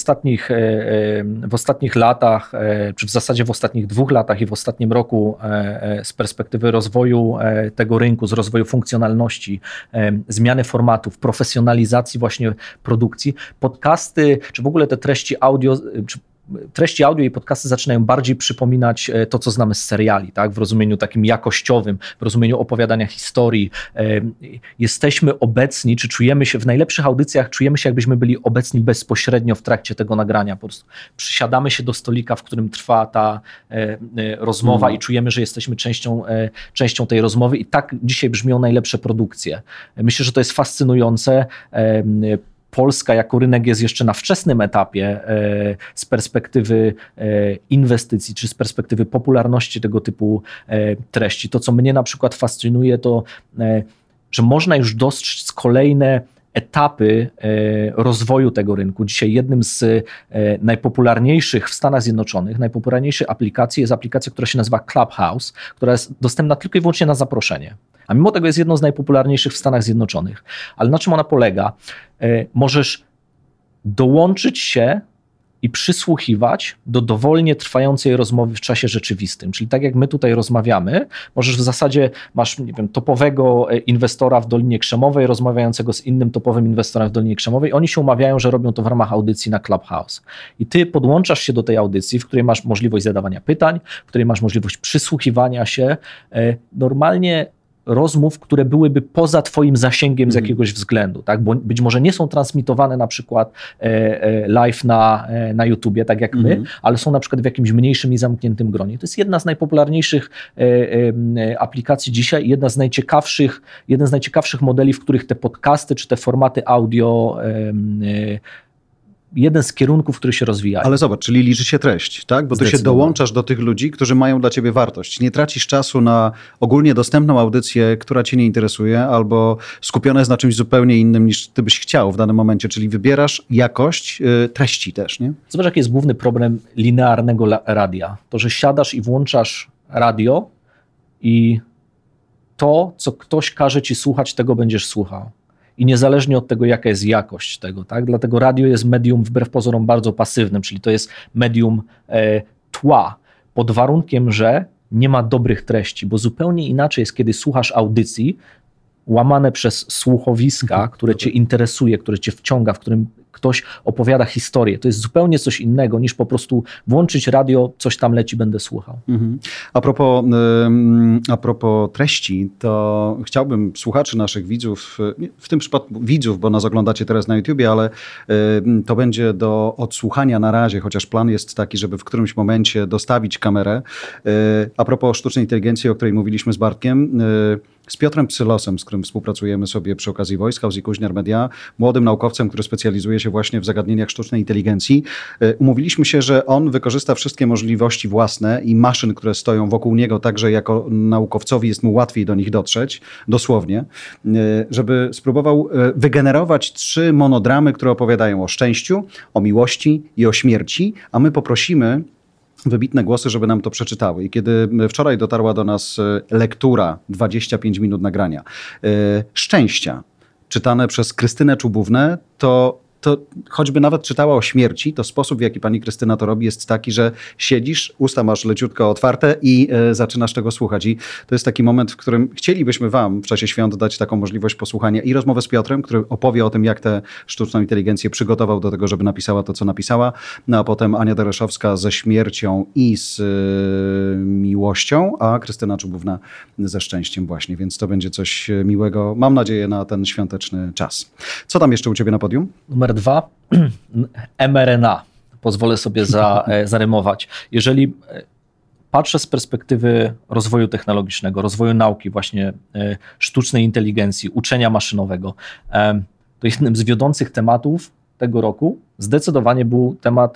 w ostatnich latach, czy w zasadzie w ostatnich 2 latach i w ostatnim roku z perspektywy rozwoju tego rynku, z rozwoju funkcjonalności, zmiany formatów, profesjonalizacji właśnie produkcji, podcasty, czy w ogóle te treści audio i podcasty zaczynają bardziej przypominać to, co znamy z seriali, tak? W rozumieniu takim jakościowym, w rozumieniu opowiadania historii. Jesteśmy obecni, czy czujemy się w najlepszych audycjach, czujemy się, jakbyśmy byli obecni bezpośrednio w trakcie tego nagrania. Po prostu przysiadamy się do stolika, w którym trwa ta rozmowa i czujemy, że jesteśmy częścią tej rozmowy i tak dzisiaj brzmią najlepsze produkcje. Myślę, że to jest fascynujące. Polska jako rynek jest jeszcze na wczesnym etapie z perspektywy inwestycji, czy z perspektywy popularności tego typu treści. To, co mnie na przykład fascynuje, to że można już dostrzec kolejne etapy rozwoju tego rynku. Dzisiaj jednym z najpopularniejszych w Stanach Zjednoczonych, najpopularniejszych aplikacji jest aplikacja, która się nazywa Clubhouse, która jest dostępna tylko i wyłącznie na zaproszenie. A mimo tego jest jedną z najpopularniejszych w Stanach Zjednoczonych. Ale na czym ona polega? Możesz dołączyć się i przysłuchiwać do dowolnie trwającej rozmowy w czasie rzeczywistym. Czyli tak jak my tutaj rozmawiamy, możesz w zasadzie, masz, nie wiem, topowego inwestora w Dolinie Krzemowej rozmawiającego z innym topowym inwestorem w Dolinie Krzemowej. Oni się umawiają, że robią to w ramach audycji na Clubhouse. I ty podłączasz się do tej audycji, w której masz możliwość zadawania pytań, w której masz możliwość przysłuchiwania się. Normalnie rozmów, które byłyby poza twoim zasięgiem z jakiegoś względu, tak? Bo być może nie są transmitowane na przykład live na YouTubie, tak jak my, ale są na przykład w jakimś mniejszym i zamkniętym gronie. To jest jedna z najpopularniejszych aplikacji dzisiaj, jeden z najciekawszych modeli, w których te podcasty czy te formaty audio jeden z kierunków, który się rozwija. Ale zobacz, czyli liczy się treść, tak? Bo ty się dołączasz do tych ludzi, którzy mają dla ciebie wartość. Nie tracisz czasu na ogólnie dostępną audycję, która cię nie interesuje, albo skupiona jest na czymś zupełnie innym, niż ty byś chciał w danym momencie, czyli wybierasz jakość treści też, nie? Zobacz, jaki jest główny problem linearnego radia. To, że siadasz i włączasz radio i to, co ktoś każe ci słuchać, tego będziesz słuchał. I niezależnie od tego, jaka jest jakość tego, tak? Dlatego radio jest medium wbrew pozorom bardzo pasywnym, czyli to jest medium tła, pod warunkiem, że nie ma dobrych treści, bo zupełnie inaczej jest, kiedy słuchasz audycji łamane przez słuchowiska, które cię interesuje, które cię wciąga, w którym ktoś opowiada historię. To jest zupełnie coś innego niż po prostu włączyć radio, coś tam leci, będę słuchał. A propos treści, to chciałbym słuchaczy naszych widzów, w tym przypadku widzów, bo nas oglądacie teraz na YouTubie, ale to będzie do odsłuchania na razie, chociaż plan jest taki, żeby w którymś momencie dostawić kamerę. A propos sztucznej inteligencji, o której mówiliśmy z Bartkiem, z Piotrem Psylosem, z którym współpracujemy sobie przy okazji Voice House i Kuźniar Media, młodym naukowcem, który specjalizuje się właśnie w zagadnieniach sztucznej inteligencji. Umówiliśmy się, że on wykorzysta wszystkie możliwości własne i maszyn, które stoją wokół niego, tak że jako naukowcowi jest mu łatwiej do nich dotrzeć, dosłownie, żeby spróbował wygenerować 3 monodramy, które opowiadają o szczęściu, o miłości i o śmierci, a my poprosimy wybitne głosy, żeby nam to przeczytały. I kiedy wczoraj dotarła do nas lektura, 25 minut nagrania, Szczęścia, czytane przez Krystynę Czubównę, to choćby nawet czytała o śmierci, to sposób, w jaki pani Krystyna to robi, jest taki, że siedzisz, usta masz leciutko otwarte i zaczynasz tego słuchać. I to jest taki moment, w którym chcielibyśmy wam w czasie świąt dać taką możliwość posłuchania i rozmowę z Piotrem, który opowie o tym, jak tę sztuczną inteligencję przygotował do tego, żeby napisała to, co napisała. No a potem Ania Dereszowska ze śmiercią i z miłością, a Krystyna Czubówna ze szczęściem właśnie. Więc to będzie coś miłego, mam nadzieję, na ten świąteczny czas. Co tam jeszcze u ciebie na podium? Numer 2, mRNA. Pozwolę sobie zarymować. Jeżeli patrzę z perspektywy rozwoju technologicznego, rozwoju nauki, właśnie sztucznej inteligencji, uczenia maszynowego, to jednym z wiodących tematów tego roku zdecydowanie był temat,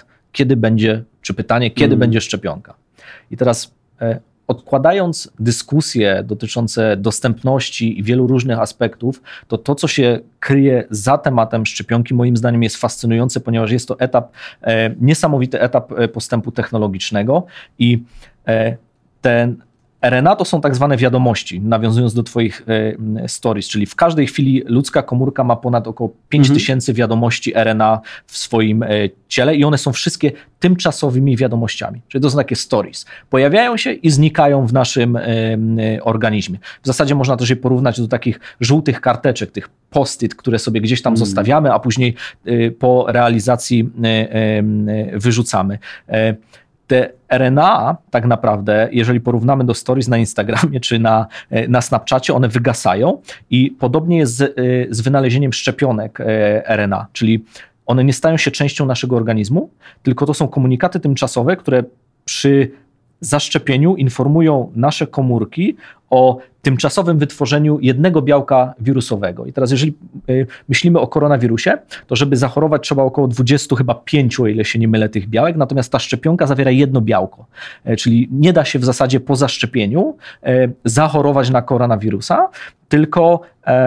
kiedy będzie szczepionka. I teraz odkładając dyskusje dotyczące dostępności i wielu różnych aspektów, to co się kryje za tematem szczepionki, moim zdaniem jest fascynujące, ponieważ jest to niesamowity etap postępu technologicznego i ten RNA to są tak zwane wiadomości, nawiązując do twoich stories, czyli w każdej chwili ludzka komórka ma ponad około 5000 wiadomości RNA w swoim ciele i one są wszystkie tymczasowymi wiadomościami, czyli to są takie stories. Pojawiają się i znikają w naszym organizmie. W zasadzie można też je porównać do takich żółtych karteczek, tych post-it, które sobie gdzieś tam zostawiamy, a później po realizacji wyrzucamy. Te RNA tak naprawdę, jeżeli porównamy do stories na Instagramie czy na Snapchacie, one wygasają i podobnie jest z wynalezieniem szczepionek RNA, czyli one nie stają się częścią naszego organizmu, tylko to są komunikaty tymczasowe, które przy zaszczepieniu informują nasze komórki o tymczasowym wytworzeniu jednego białka wirusowego. I teraz jeżeli myślimy o koronawirusie, to żeby zachorować trzeba około 25, o ile się nie mylę, tych białek, natomiast ta szczepionka zawiera jedno białko. Czyli nie da się w zasadzie po zaszczepieniu zachorować na koronawirusa, tylko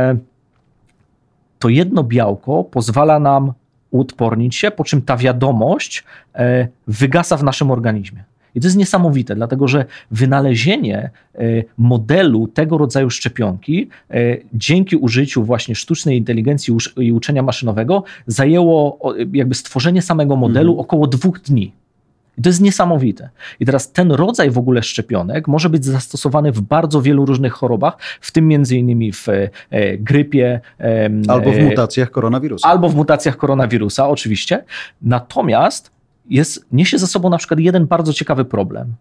to jedno białko pozwala nam uodpornić się, po czym ta wiadomość wygasa w naszym organizmie. I to jest niesamowite, dlatego że wynalezienie modelu tego rodzaju szczepionki dzięki użyciu właśnie sztucznej inteligencji i uczenia maszynowego zajęło jakby stworzenie samego modelu około 2 dni. I to jest niesamowite. I teraz ten rodzaj w ogóle szczepionek może być zastosowany w bardzo wielu różnych chorobach, w tym między innymi w grypie. Albo w mutacjach koronawirusa. Albo w mutacjach koronawirusa, oczywiście. Natomiast niesie ze sobą na przykład jeden bardzo ciekawy problem.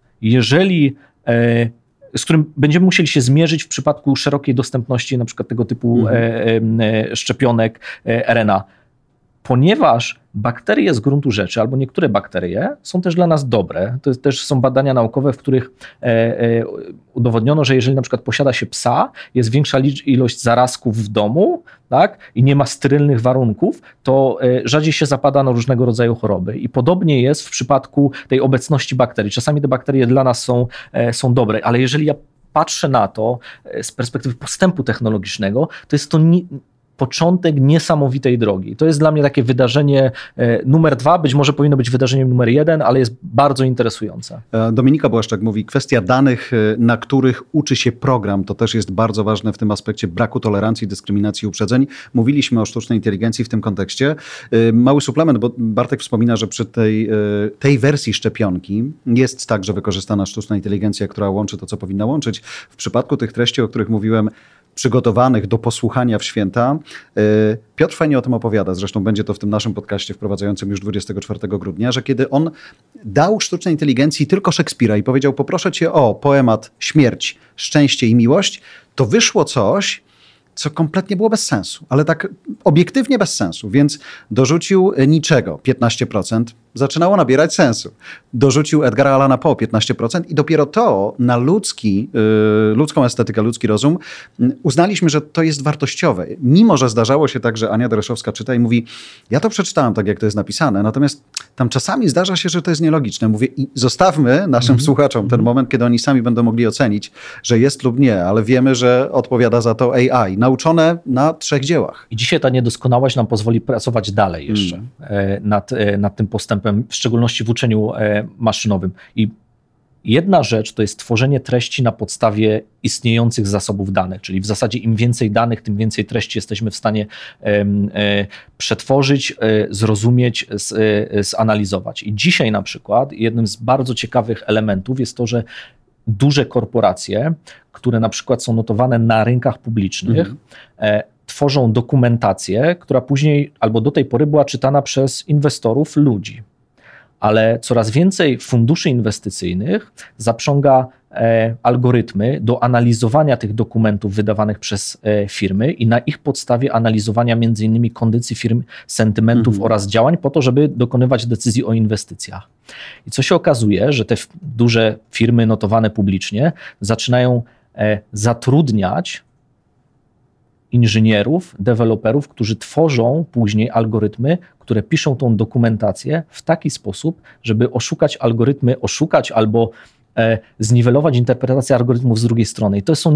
Z którym będziemy musieli się zmierzyć w przypadku szerokiej dostępności na przykład tego typu szczepionek RNA. Ponieważ bakterie z gruntu rzeczy, albo niektóre bakterie są też dla nas dobre. To też są badania naukowe, w których udowodniono, że jeżeli na przykład posiada się psa, jest większa ilość zarazków w domu, tak, i nie ma sterylnych warunków, to rzadziej się zapada na różnego rodzaju choroby. I podobnie jest w przypadku tej obecności bakterii. Czasami te bakterie dla nas są dobre, ale jeżeli ja patrzę na to z perspektywy postępu technologicznego, to jest to początek niesamowitej drogi. To jest dla mnie takie wydarzenie numer 2, być może powinno być wydarzeniem numer 1, ale jest bardzo interesujące. Dominika Błaszczak mówi, kwestia danych, na których uczy się program, to też jest bardzo ważne w tym aspekcie braku tolerancji, dyskryminacji, uprzedzeń. Mówiliśmy o sztucznej inteligencji w tym kontekście. Mały suplement, bo Bartek wspomina, że przy tej wersji szczepionki jest także wykorzystana sztuczna inteligencja, która łączy to, co powinna łączyć. W przypadku tych treści, o których mówiłem, przygotowanych do posłuchania w święta. Piotr fajnie o tym opowiada, zresztą będzie to w tym naszym podcaście wprowadzającym już 24 grudnia, że kiedy on dał sztucznej inteligencji tylko Szekspira i powiedział, poproszę cię o poemat Śmierć, szczęście i miłość, to wyszło coś, co kompletnie było bez sensu, ale tak obiektywnie bez sensu, więc dorzucił niczego, 15%, zaczynało nabierać sensu. Dorzucił Edgara Allana Poe 15% i dopiero to na ludzką estetykę, ludzki rozum uznaliśmy, że to jest wartościowe. Mimo że zdarzało się tak, że Ania Dereszowska czyta i mówi, ja to przeczytałam tak, jak to jest napisane, natomiast tam czasami zdarza się, że to jest nielogiczne. Mówię, i zostawmy naszym słuchaczom ten moment, kiedy oni sami będą mogli ocenić, że jest lub nie, ale wiemy, że odpowiada za to AI, nauczone na 3 dziełach. I dzisiaj ta niedoskonałość nam pozwoli pracować dalej jeszcze nad tym postępem, w szczególności w uczeniu maszynowym. I jedna rzecz to jest tworzenie treści na podstawie istniejących zasobów danych, czyli w zasadzie im więcej danych, tym więcej treści jesteśmy w stanie przetworzyć, zrozumieć, zanalizować. I dzisiaj na przykład jednym z bardzo ciekawych elementów jest to, że duże korporacje, które na przykład są notowane na rynkach publicznych, tworzą dokumentację, która później albo do tej pory była czytana przez inwestorów, ludzi. Ale coraz więcej funduszy inwestycyjnych zaprząga algorytmy do analizowania tych dokumentów wydawanych przez firmy i na ich podstawie analizowania między innymi kondycji firm, sentymentów oraz działań po to, żeby dokonywać decyzji o inwestycjach. I co się okazuje, że te duże firmy notowane publicznie zaczynają zatrudniać inżynierów, deweloperów, którzy tworzą później algorytmy, które piszą tą dokumentację w taki sposób, żeby oszukać algorytmy, albo zniwelować interpretację algorytmów z drugiej strony. I to są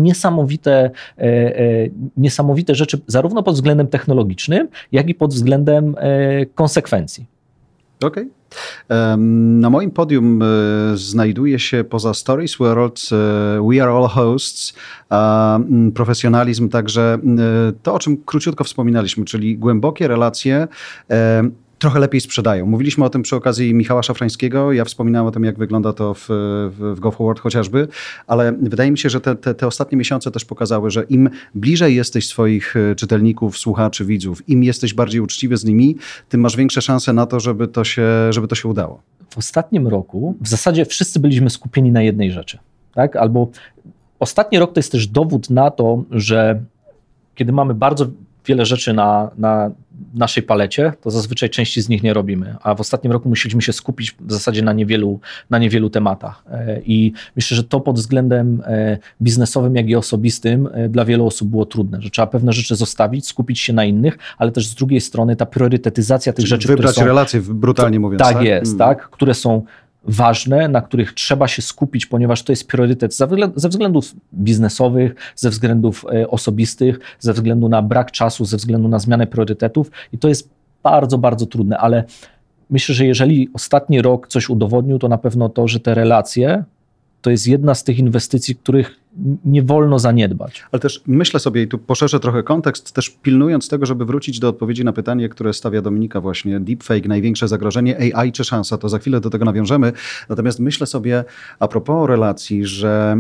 niesamowite rzeczy, zarówno pod względem technologicznym, jak i pod względem konsekwencji. Okej. Na moim podium znajduje się poza Stories World, We Are All Hosts, profesjonalizm, także to, o czym króciutko wspominaliśmy, czyli głębokie relacje trochę lepiej sprzedają. Mówiliśmy o tym przy okazji Michała Szafrańskiego, ja wspominałem o tym, jak wygląda to w Go Forward chociażby, ale wydaje mi się, że te ostatnie miesiące też pokazały, że im bliżej jesteś swoich czytelników, słuchaczy, widzów, im jesteś bardziej uczciwy z nimi, tym masz większe szanse na to, żeby to się udało. W ostatnim roku w zasadzie wszyscy byliśmy skupieni na jednej rzeczy, tak? Albo ostatni rok to jest też dowód na to, że kiedy mamy bardzo wiele rzeczy naszej palecie, to zazwyczaj części z nich nie robimy, a w ostatnim roku musieliśmy się skupić w zasadzie na niewielu tematach. I myślę, że to pod względem biznesowym, jak i osobistym dla wielu osób było trudne, że trzeba pewne rzeczy zostawić, skupić się na innych, ale też z drugiej strony ta priorytetyzacja tych rzeczy, wybrać relacje, brutalnie mówiąc. Tak jest, tak, które są ważne, na których trzeba się skupić, ponieważ to jest priorytet ze względów biznesowych, ze względów osobistych, ze względu na brak czasu, ze względu na zmianę priorytetów i to jest bardzo, bardzo trudne, ale myślę, że jeżeli ostatni rok coś udowodnił, to na pewno to, że te relacje to jest jedna z tych inwestycji, których nie wolno zaniedbać. Ale też myślę sobie, i tu poszerzę trochę kontekst, też pilnując tego, żeby wrócić do odpowiedzi na pytanie, które stawia Dominika właśnie, deepfake, największe zagrożenie, AI czy szansa, to za chwilę do tego nawiążemy. Natomiast myślę sobie a propos relacji, że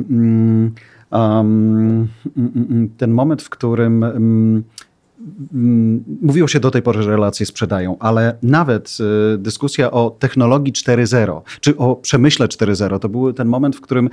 ten moment, w którym mówiło się do tej pory, że relacje sprzedają, ale nawet dyskusja o technologii 4.0, czy o przemyśle 4.0, to był ten moment, w którym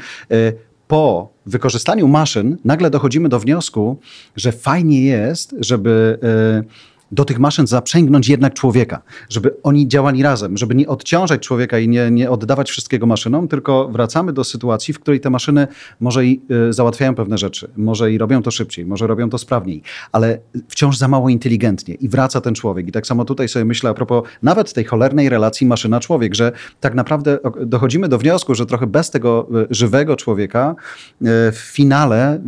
po wykorzystaniu maszyn nagle dochodzimy do wniosku, że fajnie jest, żeby do tych maszyn zaprzęgnąć jednak człowieka, żeby oni działali razem, żeby nie odciążać człowieka i nie oddawać wszystkiego maszynom, tylko wracamy do sytuacji, w której te maszyny może i załatwiają pewne rzeczy, może i robią to szybciej, może robią to sprawniej, ale wciąż za mało inteligentnie i wraca ten człowiek. I tak samo tutaj sobie myślę a propos nawet tej cholernej relacji maszyna-człowiek, że tak naprawdę dochodzimy do wniosku, że trochę bez tego żywego człowieka w finale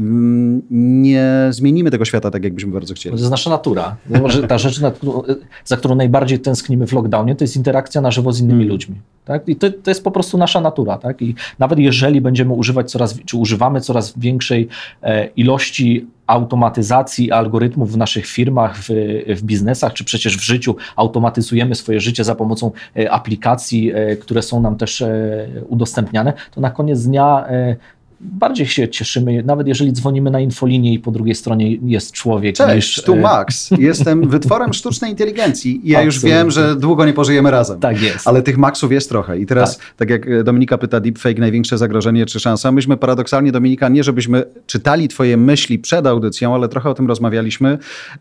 nie zmienimy tego świata tak, jakbyśmy bardzo chcieli. To jest nasza natura. Ta rzecz, za którą najbardziej tęsknimy w lockdownie, to jest interakcja na żywo z innymi ludźmi. Tak? I to jest po prostu nasza natura. Tak? I nawet jeżeli będziemy używać czy używamy coraz większej ilości automatyzacji algorytmów w naszych firmach, w biznesach, czy przecież w życiu automatyzujemy swoje życie za pomocą aplikacji, które są nam też udostępniane, to na koniec dnia bardziej się cieszymy, nawet jeżeli dzwonimy na infolinię i po drugiej stronie jest człowiek. Cześć, tu Max. Jestem wytworem sztucznej inteligencji i ja już wiem, że długo nie pożyjemy razem. Tak jest. Ale tych Maxów jest trochę. I teraz, tak jak Dominika pyta, deepfake, największe zagrożenie czy szansa? Myśmy paradoksalnie, Dominika, nie żebyśmy czytali twoje myśli przed audycją, ale trochę o tym rozmawialiśmy.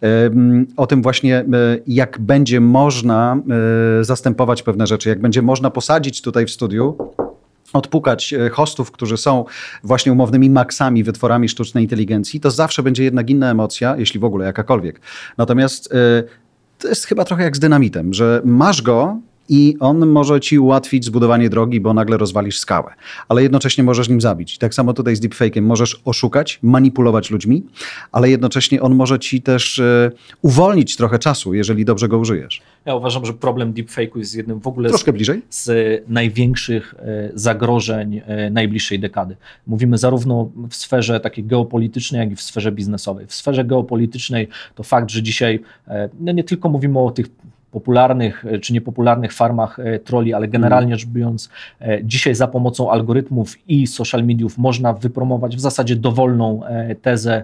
O tym właśnie, jak będzie można zastępować pewne rzeczy, jak będzie można posadzić tutaj w studiu, odpukać hostów, którzy są właśnie umownymi maksami, wytworami sztucznej inteligencji, to zawsze będzie jednak inna emocja, jeśli w ogóle jakakolwiek. Natomiast to jest chyba trochę jak z dynamitem, że masz go i on może ci ułatwić zbudowanie drogi, bo nagle rozwalisz skałę, ale jednocześnie możesz nim zabić. Tak samo tutaj z deepfake'iem możesz oszukać, manipulować ludźmi, ale jednocześnie on może ci też uwolnić trochę czasu, jeżeli dobrze go użyjesz. Ja uważam, że problem deepfake'u jest jednym w ogóle troszkę bliżej z największych zagrożeń najbliższej dekady. Mówimy zarówno w sferze takiej geopolitycznej, jak i w sferze biznesowej. W sferze geopolitycznej to fakt, że dzisiaj nie tylko mówimy o tych popularnych czy niepopularnych farmach trolli, ale generalnie rzecz biorąc, dzisiaj za pomocą algorytmów i social mediów można wypromować w zasadzie dowolną tezę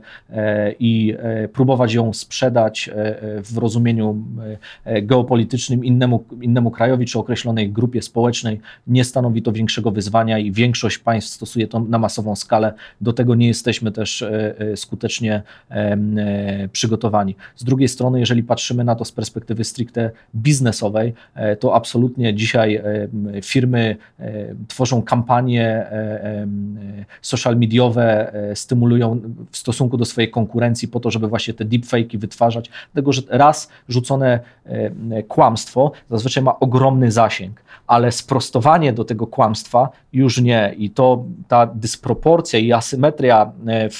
i próbować ją sprzedać w rozumieniu geopolitycznym innemu krajowi czy określonej grupie społecznej. Nie stanowi to większego wyzwania i większość państw stosuje to na masową skalę. Do tego nie jesteśmy też skutecznie przygotowani. Z drugiej strony, jeżeli patrzymy na to z perspektywy stricte biznesowej, to absolutnie dzisiaj firmy tworzą kampanie social mediowe, stymulują w stosunku do swojej konkurencji po to, żeby właśnie te deepfake'i wytwarzać, dlatego że raz rzucone kłamstwo zazwyczaj ma ogromny zasięg, ale sprostowanie do tego kłamstwa już nie i to ta dysproporcja i asymetria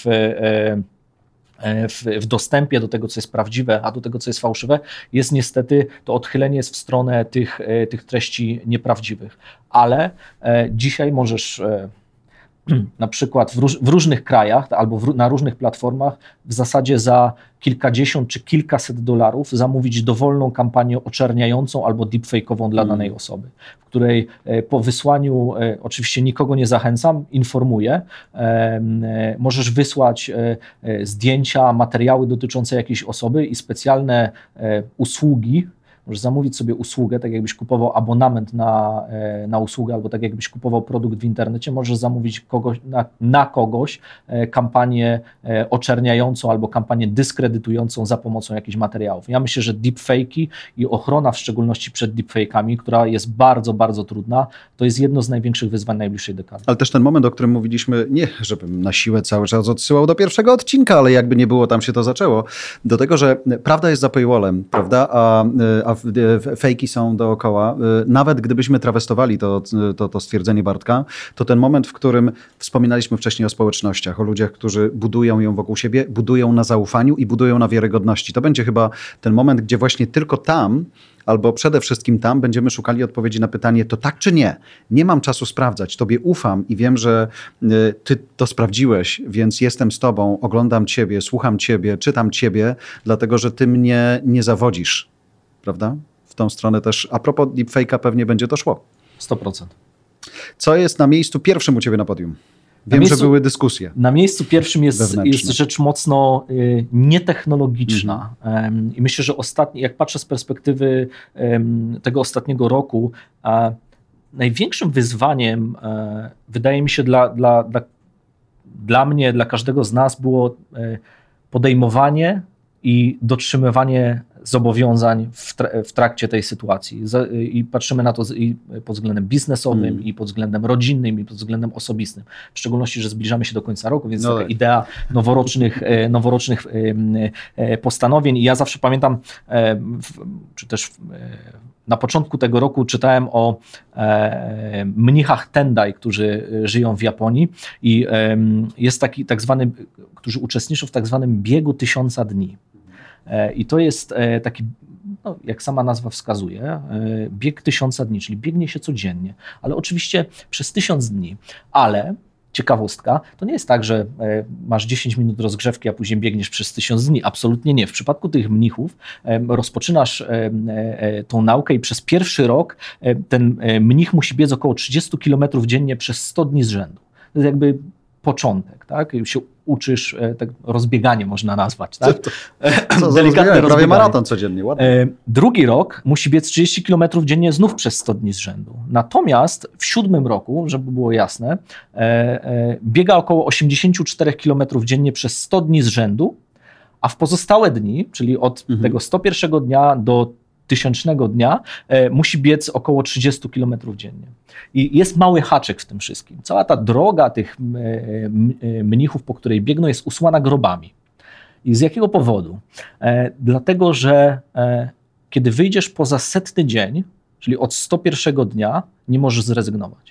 w dostępie do tego, co jest prawdziwe, a do tego, co jest fałszywe, jest niestety, to odchylenie jest w stronę tych treści nieprawdziwych. Ale dzisiaj możesz na przykład w różnych krajach albo na różnych platformach w zasadzie za kilkadziesiąt czy kilkaset dolarów zamówić dowolną kampanię oczerniającą albo deepfake'ową dla danej osoby, w której po wysłaniu, oczywiście nikogo nie zachęcam, informuję, możesz wysłać zdjęcia, materiały dotyczące jakiejś osoby i specjalne usługi Możesz zamówić sobie usługę, tak jakbyś kupował abonament na usługę, albo tak jakbyś kupował produkt w internecie, możesz zamówić na kogoś kampanię oczerniającą albo kampanię dyskredytującą za pomocą jakichś materiałów. Ja myślę, że deepfake'i i ochrona w szczególności przed deepfake'ami, która jest bardzo, bardzo trudna, to jest jedno z największych wyzwań najbliższej dekady. Ale też ten moment, o którym mówiliśmy, nie żebym na siłę cały czas odsyłał do pierwszego odcinka, ale jakby nie było, tam się to zaczęło, do tego, że prawda jest za paywallem, prawda, a fejki są dookoła. Nawet gdybyśmy trawestowali to stwierdzenie Bartka, to ten moment, w którym wspominaliśmy wcześniej o społecznościach, o ludziach, którzy budują ją wokół siebie, budują na zaufaniu i budują na wiarygodności. To będzie chyba ten moment, gdzie właśnie tylko tam, albo przede wszystkim tam będziemy szukali odpowiedzi na pytanie, to tak czy nie? Nie mam czasu sprawdzać, tobie ufam i wiem, że ty to sprawdziłeś, więc jestem z tobą, oglądam ciebie, słucham ciebie, czytam ciebie, dlatego że ty mnie nie zawodzisz, prawda? W tą stronę też, a propos deepfake'a pewnie będzie to szło. 100%. Co jest na miejscu pierwszym u ciebie na podium? Wiem, że były dyskusje. Na miejscu pierwszym jest rzecz mocno nietechnologiczna. I myślę, że jak patrzę z perspektywy tego ostatniego roku, największym wyzwaniem, wydaje mi się, dla mnie, dla każdego z nas było podejmowanie i dotrzymywanie zobowiązań w trakcie tej sytuacji. I patrzymy na to i pod względem biznesowym, i pod względem rodzinnym, i pod względem osobistym. W szczególności, że zbliżamy się do końca roku, więc taka idea noworocznych postanowień. I ja zawsze pamiętam, czy też na początku tego roku czytałem o mnichach Tendai, którzy żyją w Japonii i jest taki tak zwany, którzy uczestniczą w tak zwanym biegu 1000 dni. I to jest taki, jak sama nazwa wskazuje, bieg 1000 dni, czyli biegnie się codziennie, ale oczywiście przez 1000 dni. Ale ciekawostka, to nie jest tak, że masz 10 minut rozgrzewki, a później biegniesz przez 1000 dni. Absolutnie nie. W przypadku tych mnichów rozpoczynasz tą naukę i przez pierwszy rok ten mnich musi biec około 30 km dziennie przez 100 dni z rzędu. To jest jakby początek, tak? Się uczysz, tak rozbieganie można nazwać, tak? Co delikatne rozbieganie. Prawie maraton codziennie, ładnie. Drugi rok musi biec 30 km dziennie znów przez 100 dni z rzędu. Natomiast w 7. roku, żeby było jasne, biega około 84 km dziennie przez 100 dni z rzędu, a w pozostałe dni, czyli od tego 101 dnia do 1000 dnia, musi biec około 30 km dziennie. I jest mały haczyk w tym wszystkim. Cała ta droga tych mnichów, po której biegną, jest usłana grobami. I z jakiego powodu? Dlatego, że kiedy wyjdziesz poza 100. dzień, czyli od 101 dnia, nie możesz zrezygnować.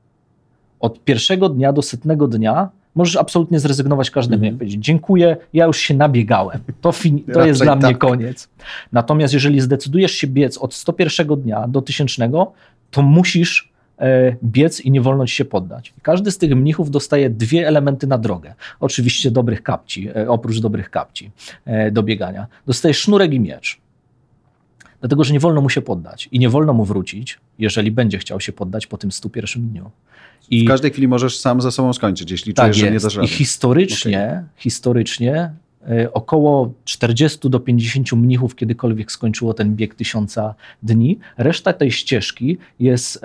Od 1. dnia do 100 dnia możesz absolutnie zrezygnować każdemu. Jak powiedzieć, dziękuję, ja już się nabiegałem. To jest dla mnie koniec. Natomiast jeżeli zdecydujesz się biec od 101 dnia do 1000, to musisz biec i nie wolno ci się poddać. Każdy z tych mnichów dostaje 2 elementy na drogę. Oczywiście dobrych kapci, oprócz dobrych kapci do biegania. Dostaje sznurek i miecz. Dlatego, że nie wolno mu się poddać i nie wolno mu wrócić, jeżeli będzie chciał się poddać po tym 101 dniu. I w każdej chwili możesz sam ze sobą skończyć, jeśli czujesz, że nie dasz rady. I historycznie około 40 do 50 mnichów kiedykolwiek skończyło ten bieg 1000 dni. Reszta tej ścieżki jest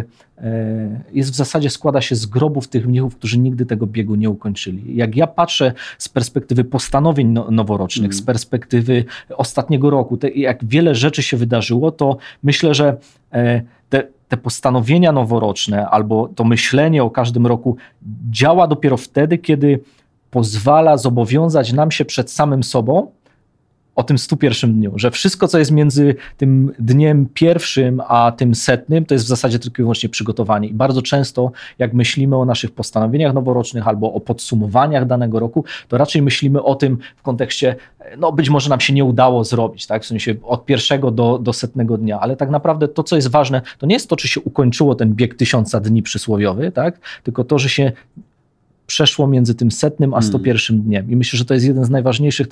w zasadzie, składa się z grobów tych mnichów, którzy nigdy tego biegu nie ukończyli. Jak ja patrzę z perspektywy postanowień noworocznych, z perspektywy ostatniego roku, jak wiele rzeczy się wydarzyło, to myślę, że te postanowienia noworoczne albo to myślenie o każdym roku działa dopiero wtedy, kiedy pozwala zobowiązać nam się przed samym sobą o tym 101 dniu, że wszystko, co jest między tym dniem 1 a tym 100, to jest w zasadzie tylko i wyłącznie przygotowanie. I bardzo często, jak myślimy o naszych postanowieniach noworocznych albo o podsumowaniach danego roku, to raczej myślimy o tym w kontekście, być może nam się nie udało zrobić, tak? W sensie od 1 do 100 dnia, ale tak naprawdę to, co jest ważne, to nie jest to, czy się ukończyło ten bieg 1000 dni przysłowiowy, tak? Tylko to, że się przeszło między tym 100 a 101 dniem. I myślę, że to jest jeden z najważniejszych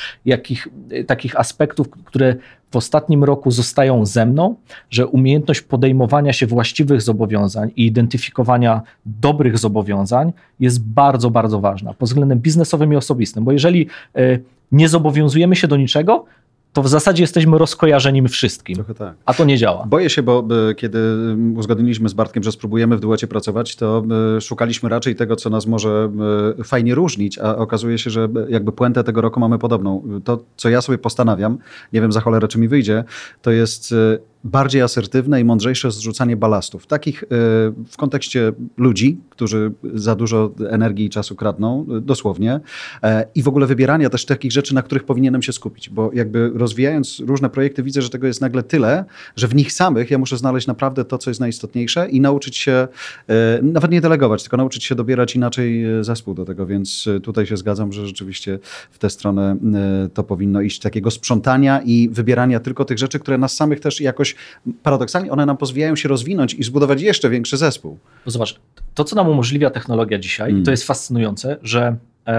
takich aspektów, które w ostatnim roku zostają ze mną, że umiejętność podejmowania się właściwych zobowiązań i identyfikowania dobrych zobowiązań jest bardzo, bardzo ważna pod względem biznesowym i osobistym, bo jeżeli nie zobowiązujemy się do niczego, to w zasadzie jesteśmy rozkojarzeni wszystkim. Trochę tak. A to nie działa. Boję się, bo kiedy uzgodniliśmy z Bartkiem, że spróbujemy w duecie pracować, to szukaliśmy raczej tego, co nas może fajnie różnić, a okazuje się, że jakby puentę tego roku mamy podobną. To, co ja sobie postanawiam, nie wiem za cholerę, czy mi wyjdzie, to jest bardziej asertywne i mądrzejsze zrzucanie balastów. Takich w kontekście ludzi, którzy za dużo energii i czasu kradną, dosłownie, i w ogóle wybierania też takich rzeczy, na których powinienem się skupić, bo jakby rozwijając różne projekty widzę, że tego jest nagle tyle, że w nich samych ja muszę znaleźć naprawdę to, co jest najistotniejsze i nauczyć się, nawet nie delegować, tylko nauczyć się dobierać inaczej zespół do tego, więc tutaj się zgadzam, że rzeczywiście w tę stronę to powinno iść, takiego sprzątania i wybierania tylko tych rzeczy, które nas samych też jakoś paradoksalnie one nam pozwalają się rozwinąć i zbudować jeszcze większy zespół. No zobacz, to co nam umożliwia technologia dzisiaj, i to jest fascynujące, że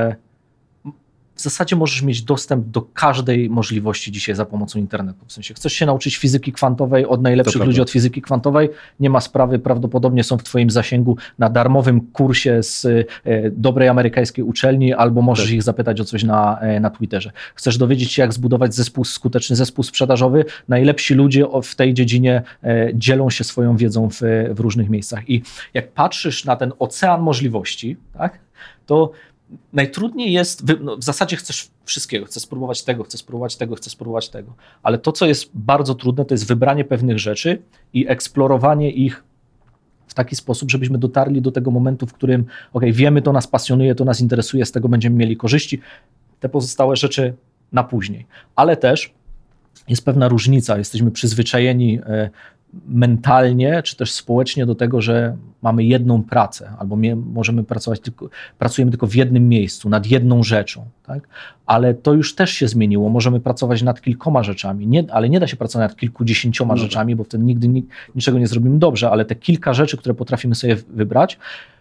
w zasadzie możesz mieć dostęp do każdej możliwości dzisiaj za pomocą internetu. W sensie chcesz się nauczyć fizyki kwantowej od najlepszych ludzi od fizyki kwantowej, nie ma sprawy, prawdopodobnie są w twoim zasięgu na darmowym kursie z dobrej amerykańskiej uczelni, albo możesz ich zapytać o coś na Twitterze. Chcesz dowiedzieć się, jak zbudować skuteczny zespół sprzedażowy? Najlepsi ludzie w tej dziedzinie dzielą się swoją wiedzą w różnych miejscach. I jak patrzysz na ten ocean możliwości, tak, to najtrudniej jest, w zasadzie chcesz wszystkiego, chcesz spróbować tego, chcesz spróbować tego, chcesz spróbować tego, ale to, co jest bardzo trudne, to jest wybranie pewnych rzeczy i eksplorowanie ich w taki sposób, żebyśmy dotarli do tego momentu, w którym wiemy, to nas pasjonuje, to nas interesuje, z tego będziemy mieli korzyści, te pozostałe rzeczy na później. Ale też jest pewna różnica, jesteśmy przyzwyczajeni mentalnie, czy też społecznie do tego, że mamy jedną pracę, albo możemy pracujemy tylko w jednym miejscu, nad jedną rzeczą, tak? Ale to już też się zmieniło, możemy pracować nad kilkoma rzeczami, ale nie da się pracować nad kilkudziesięcioma rzeczami, bo wtedy nigdy niczego nie zrobimy dobrze, ale te kilka rzeczy, które potrafimy sobie wybrać,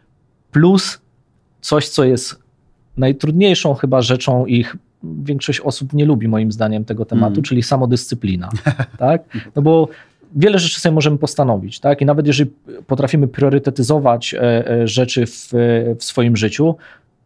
plus coś, co jest najtrudniejszą chyba rzeczą większość osób nie lubi moim zdaniem tego tematu, czyli samodyscyplina, tak? No bo wiele rzeczy sobie możemy postanowić, tak? I nawet jeżeli potrafimy priorytetyzować rzeczy w swoim życiu,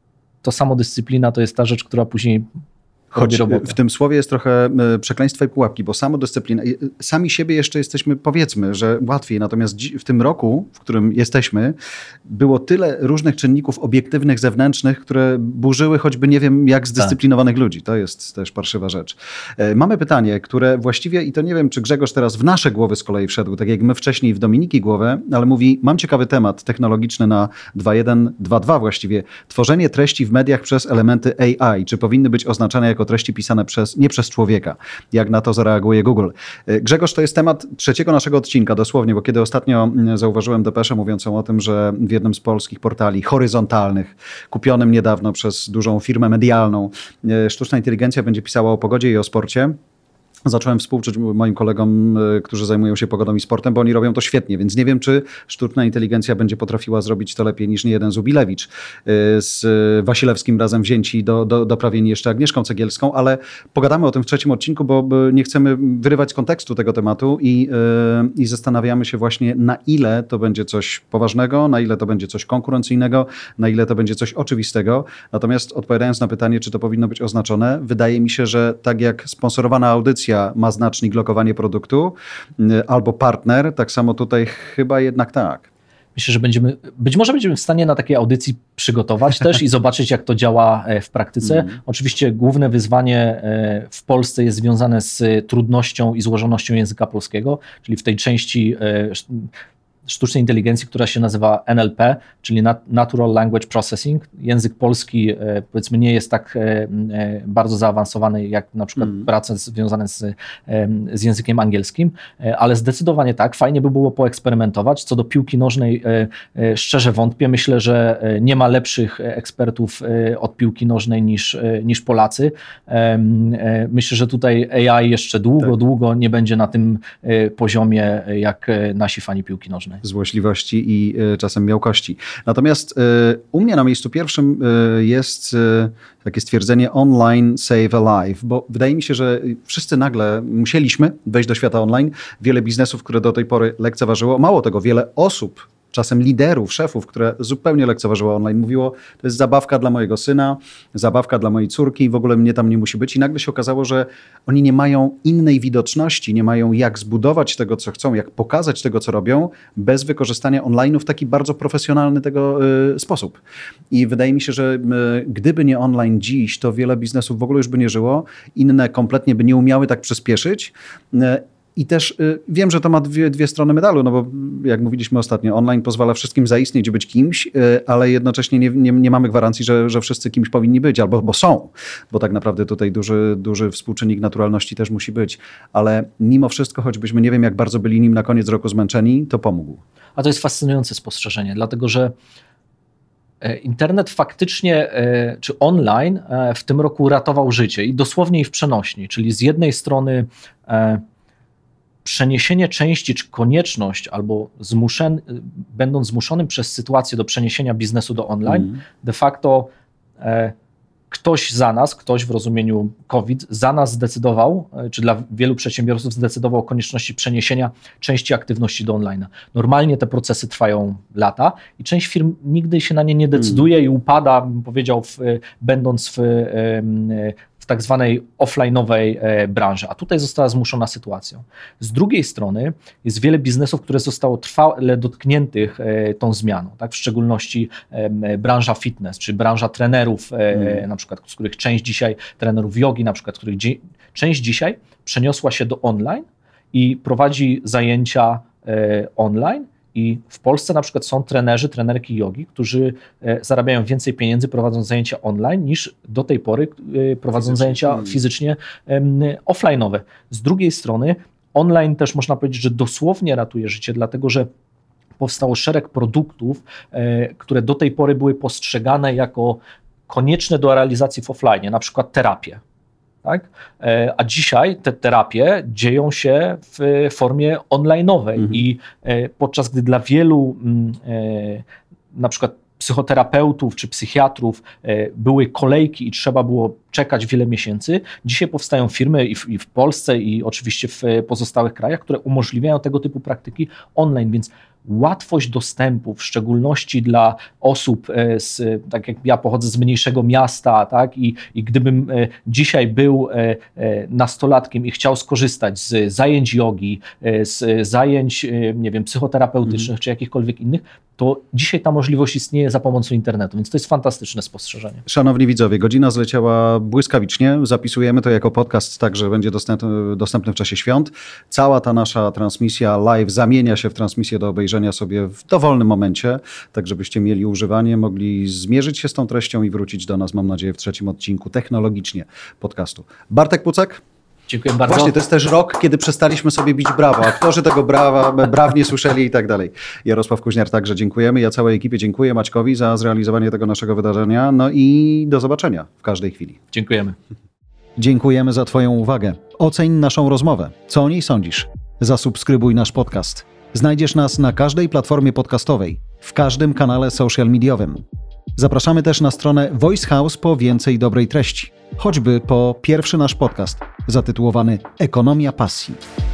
to samodyscyplina to jest ta rzecz, która później Choć w tym słowie jest trochę przekleństwa i pułapki, bo samodyscyplina, sami siebie jeszcze jesteśmy, powiedzmy, że łatwiej, natomiast w tym roku, w którym jesteśmy, było tyle różnych czynników obiektywnych, zewnętrznych, które burzyły choćby nie wiem jak zdyscyplinowanych ludzi. To jest też parszywa rzecz. Mamy pytanie, które właściwie, i to nie wiem, czy Grzegorz teraz w nasze głowy z kolei wszedł, tak jak my wcześniej w Dominiki głowę, ale mówi, mam ciekawy temat technologiczny na 2.1.2.2 właściwie. Tworzenie treści w mediach przez elementy AI. Czy powinny być oznaczane jako treści pisane nie przez człowieka. Jak na to zareaguje Google? Grzegorz, to jest temat trzeciego naszego odcinka dosłownie, bo kiedy ostatnio zauważyłem depeszę mówiącą o tym, że w jednym z polskich portali horyzontalnych, kupionym niedawno przez dużą firmę medialną, sztuczna inteligencja będzie pisała o pogodzie i o sporcie, zacząłem współczuć moim kolegom, którzy zajmują się pogodą i sportem, bo oni robią to świetnie, więc nie wiem, czy sztuczna inteligencja będzie potrafiła zrobić to lepiej niż niejeden Zubilewicz z Wasilewskim razem wzięci doprawieni jeszcze Agnieszką Cegielską, ale pogadamy o tym w trzecim odcinku, bo nie chcemy wyrywać z kontekstu tego tematu i zastanawiamy się właśnie, na ile to będzie coś poważnego, na ile to będzie coś konkurencyjnego, na ile to będzie coś oczywistego. Natomiast odpowiadając na pytanie, czy to powinno być oznaczone, wydaje mi się, że tak jak sponsorowana audycja ma znacznik lokowanie produktu albo partner, tak samo tutaj chyba jednak tak. Myślę, że być może będziemy w stanie na takiej audycji przygotować też i zobaczyć, jak to działa w praktyce. Oczywiście główne wyzwanie w Polsce jest związane z trudnością i złożonością języka polskiego, czyli w tej części sztucznej inteligencji, która się nazywa NLP, czyli Natural Language Processing. Język polski, powiedzmy, nie jest tak bardzo zaawansowany jak na przykład prace związane z językiem angielskim, ale zdecydowanie tak, fajnie by było poeksperymentować. Co do piłki nożnej szczerze wątpię. Myślę, że nie ma lepszych ekspertów od piłki nożnej niż Polacy. Myślę, że tutaj AI jeszcze długo nie będzie na tym poziomie jak nasi fani piłki nożnej. Złośliwości i czasem miałkości. Natomiast u mnie na miejscu pierwszym jest takie stwierdzenie online save a life, bo wydaje mi się, że wszyscy nagle musieliśmy wejść do świata online. Wiele biznesów, które do tej pory lekceważyło, mało tego, wiele osób czasem liderów, szefów, które zupełnie lekceważyło online, mówiło, to jest zabawka dla mojego syna, zabawka dla mojej córki i w ogóle mnie tam nie musi być. I nagle się okazało, że oni nie mają innej widoczności, nie mają jak zbudować tego, co chcą, jak pokazać tego, co robią, bez wykorzystania online'u w taki bardzo profesjonalny tego sposób. I wydaje mi się, że gdyby nie online dziś, to wiele biznesów w ogóle już by nie żyło, inne kompletnie by nie umiały tak przyspieszyć. I też wiem, że to ma dwie strony medalu, no bo jak mówiliśmy ostatnio, online pozwala wszystkim zaistnieć, być kimś, ale jednocześnie nie mamy gwarancji, że wszyscy kimś powinni być, bo są, bo tak naprawdę tutaj duży współczynnik naturalności też musi być. Ale mimo wszystko, choćbyśmy nie wiem, jak bardzo byli nim na koniec roku zmęczeni, to pomógł. A to jest fascynujące spostrzeżenie, dlatego że internet faktycznie, czy online w tym roku ratował życie i dosłownie i w przenośni, czyli z jednej strony przeniesienie części, czy konieczność, albo będąc zmuszonym przez sytuację do przeniesienia biznesu do online, de facto ktoś w rozumieniu COVID za nas zdecydował, czy dla wielu przedsiębiorców zdecydował o konieczności przeniesienia części aktywności do online. Normalnie te procesy trwają lata i część firm nigdy się na nie nie decyduje i upada, bym powiedział, będąc w tak zwanej offline'owej branży, a tutaj została zmuszona sytuacją. Z drugiej strony jest wiele biznesów, które zostało trwale dotkniętych tą zmianą, tak? W szczególności branża fitness, czy branża trenerów, na przykład, z których część dzisiaj, trenerów jogi, na przykład, z których część dzisiaj przeniosła się do online i prowadzi zajęcia online. I w Polsce na przykład są trenerki jogi, którzy zarabiają więcej pieniędzy prowadząc zajęcia online niż do tej pory prowadząc zajęcia fizycznie offline'owe. Z drugiej strony online też można powiedzieć, że dosłownie ratuje życie, dlatego że powstało szereg produktów, które do tej pory były postrzegane jako konieczne do realizacji w offline, na przykład terapie. Tak? A dzisiaj te terapie dzieją się w formie online'owej i podczas gdy dla wielu na przykład psychoterapeutów czy psychiatrów były kolejki i trzeba było czekać wiele miesięcy, dzisiaj powstają firmy i w Polsce i oczywiście w pozostałych krajach, które umożliwiają tego typu praktyki online, więc łatwość dostępu, w szczególności dla osób, tak jak ja pochodzę z mniejszego miasta, tak? I gdybym dzisiaj był nastolatkiem i chciał skorzystać z zajęć jogi, z zajęć, nie wiem, psychoterapeutycznych czy jakichkolwiek innych, to dzisiaj ta możliwość istnieje za pomocą internetu, więc to jest fantastyczne spostrzeżenie. Szanowni widzowie, godzina zleciała błyskawicznie, zapisujemy to jako podcast, tak że będzie dostępny w czasie świąt. Cała ta nasza transmisja live zamienia się w transmisję do obejrzenia sobie w dowolnym momencie, tak żebyście mieli używanie, mogli zmierzyć się z tą treścią i wrócić do nas, mam nadzieję, w 3. odcinku technologicznie podcastu. Bartek Pucek? Dziękuję bardzo. Właśnie, to jest też rok, kiedy przestaliśmy sobie bić brawa. Aktorzy tego brawnie słyszeli i tak dalej. Jarosław Kuźniar także dziękujemy. Ja całej ekipie dziękuję, Maćkowi za zrealizowanie tego naszego wydarzenia. No i do zobaczenia w każdej chwili. Dziękujemy. Dziękujemy za Twoją uwagę. Oceń naszą rozmowę. Co o niej sądzisz? Zasubskrybuj nasz podcast. Znajdziesz nas na każdej platformie podcastowej, w każdym kanale social mediowym. Zapraszamy też na stronę Voice House po więcej dobrej treści. Choćby po pierwszy nasz podcast zatytułowany Ekonomia Pasji.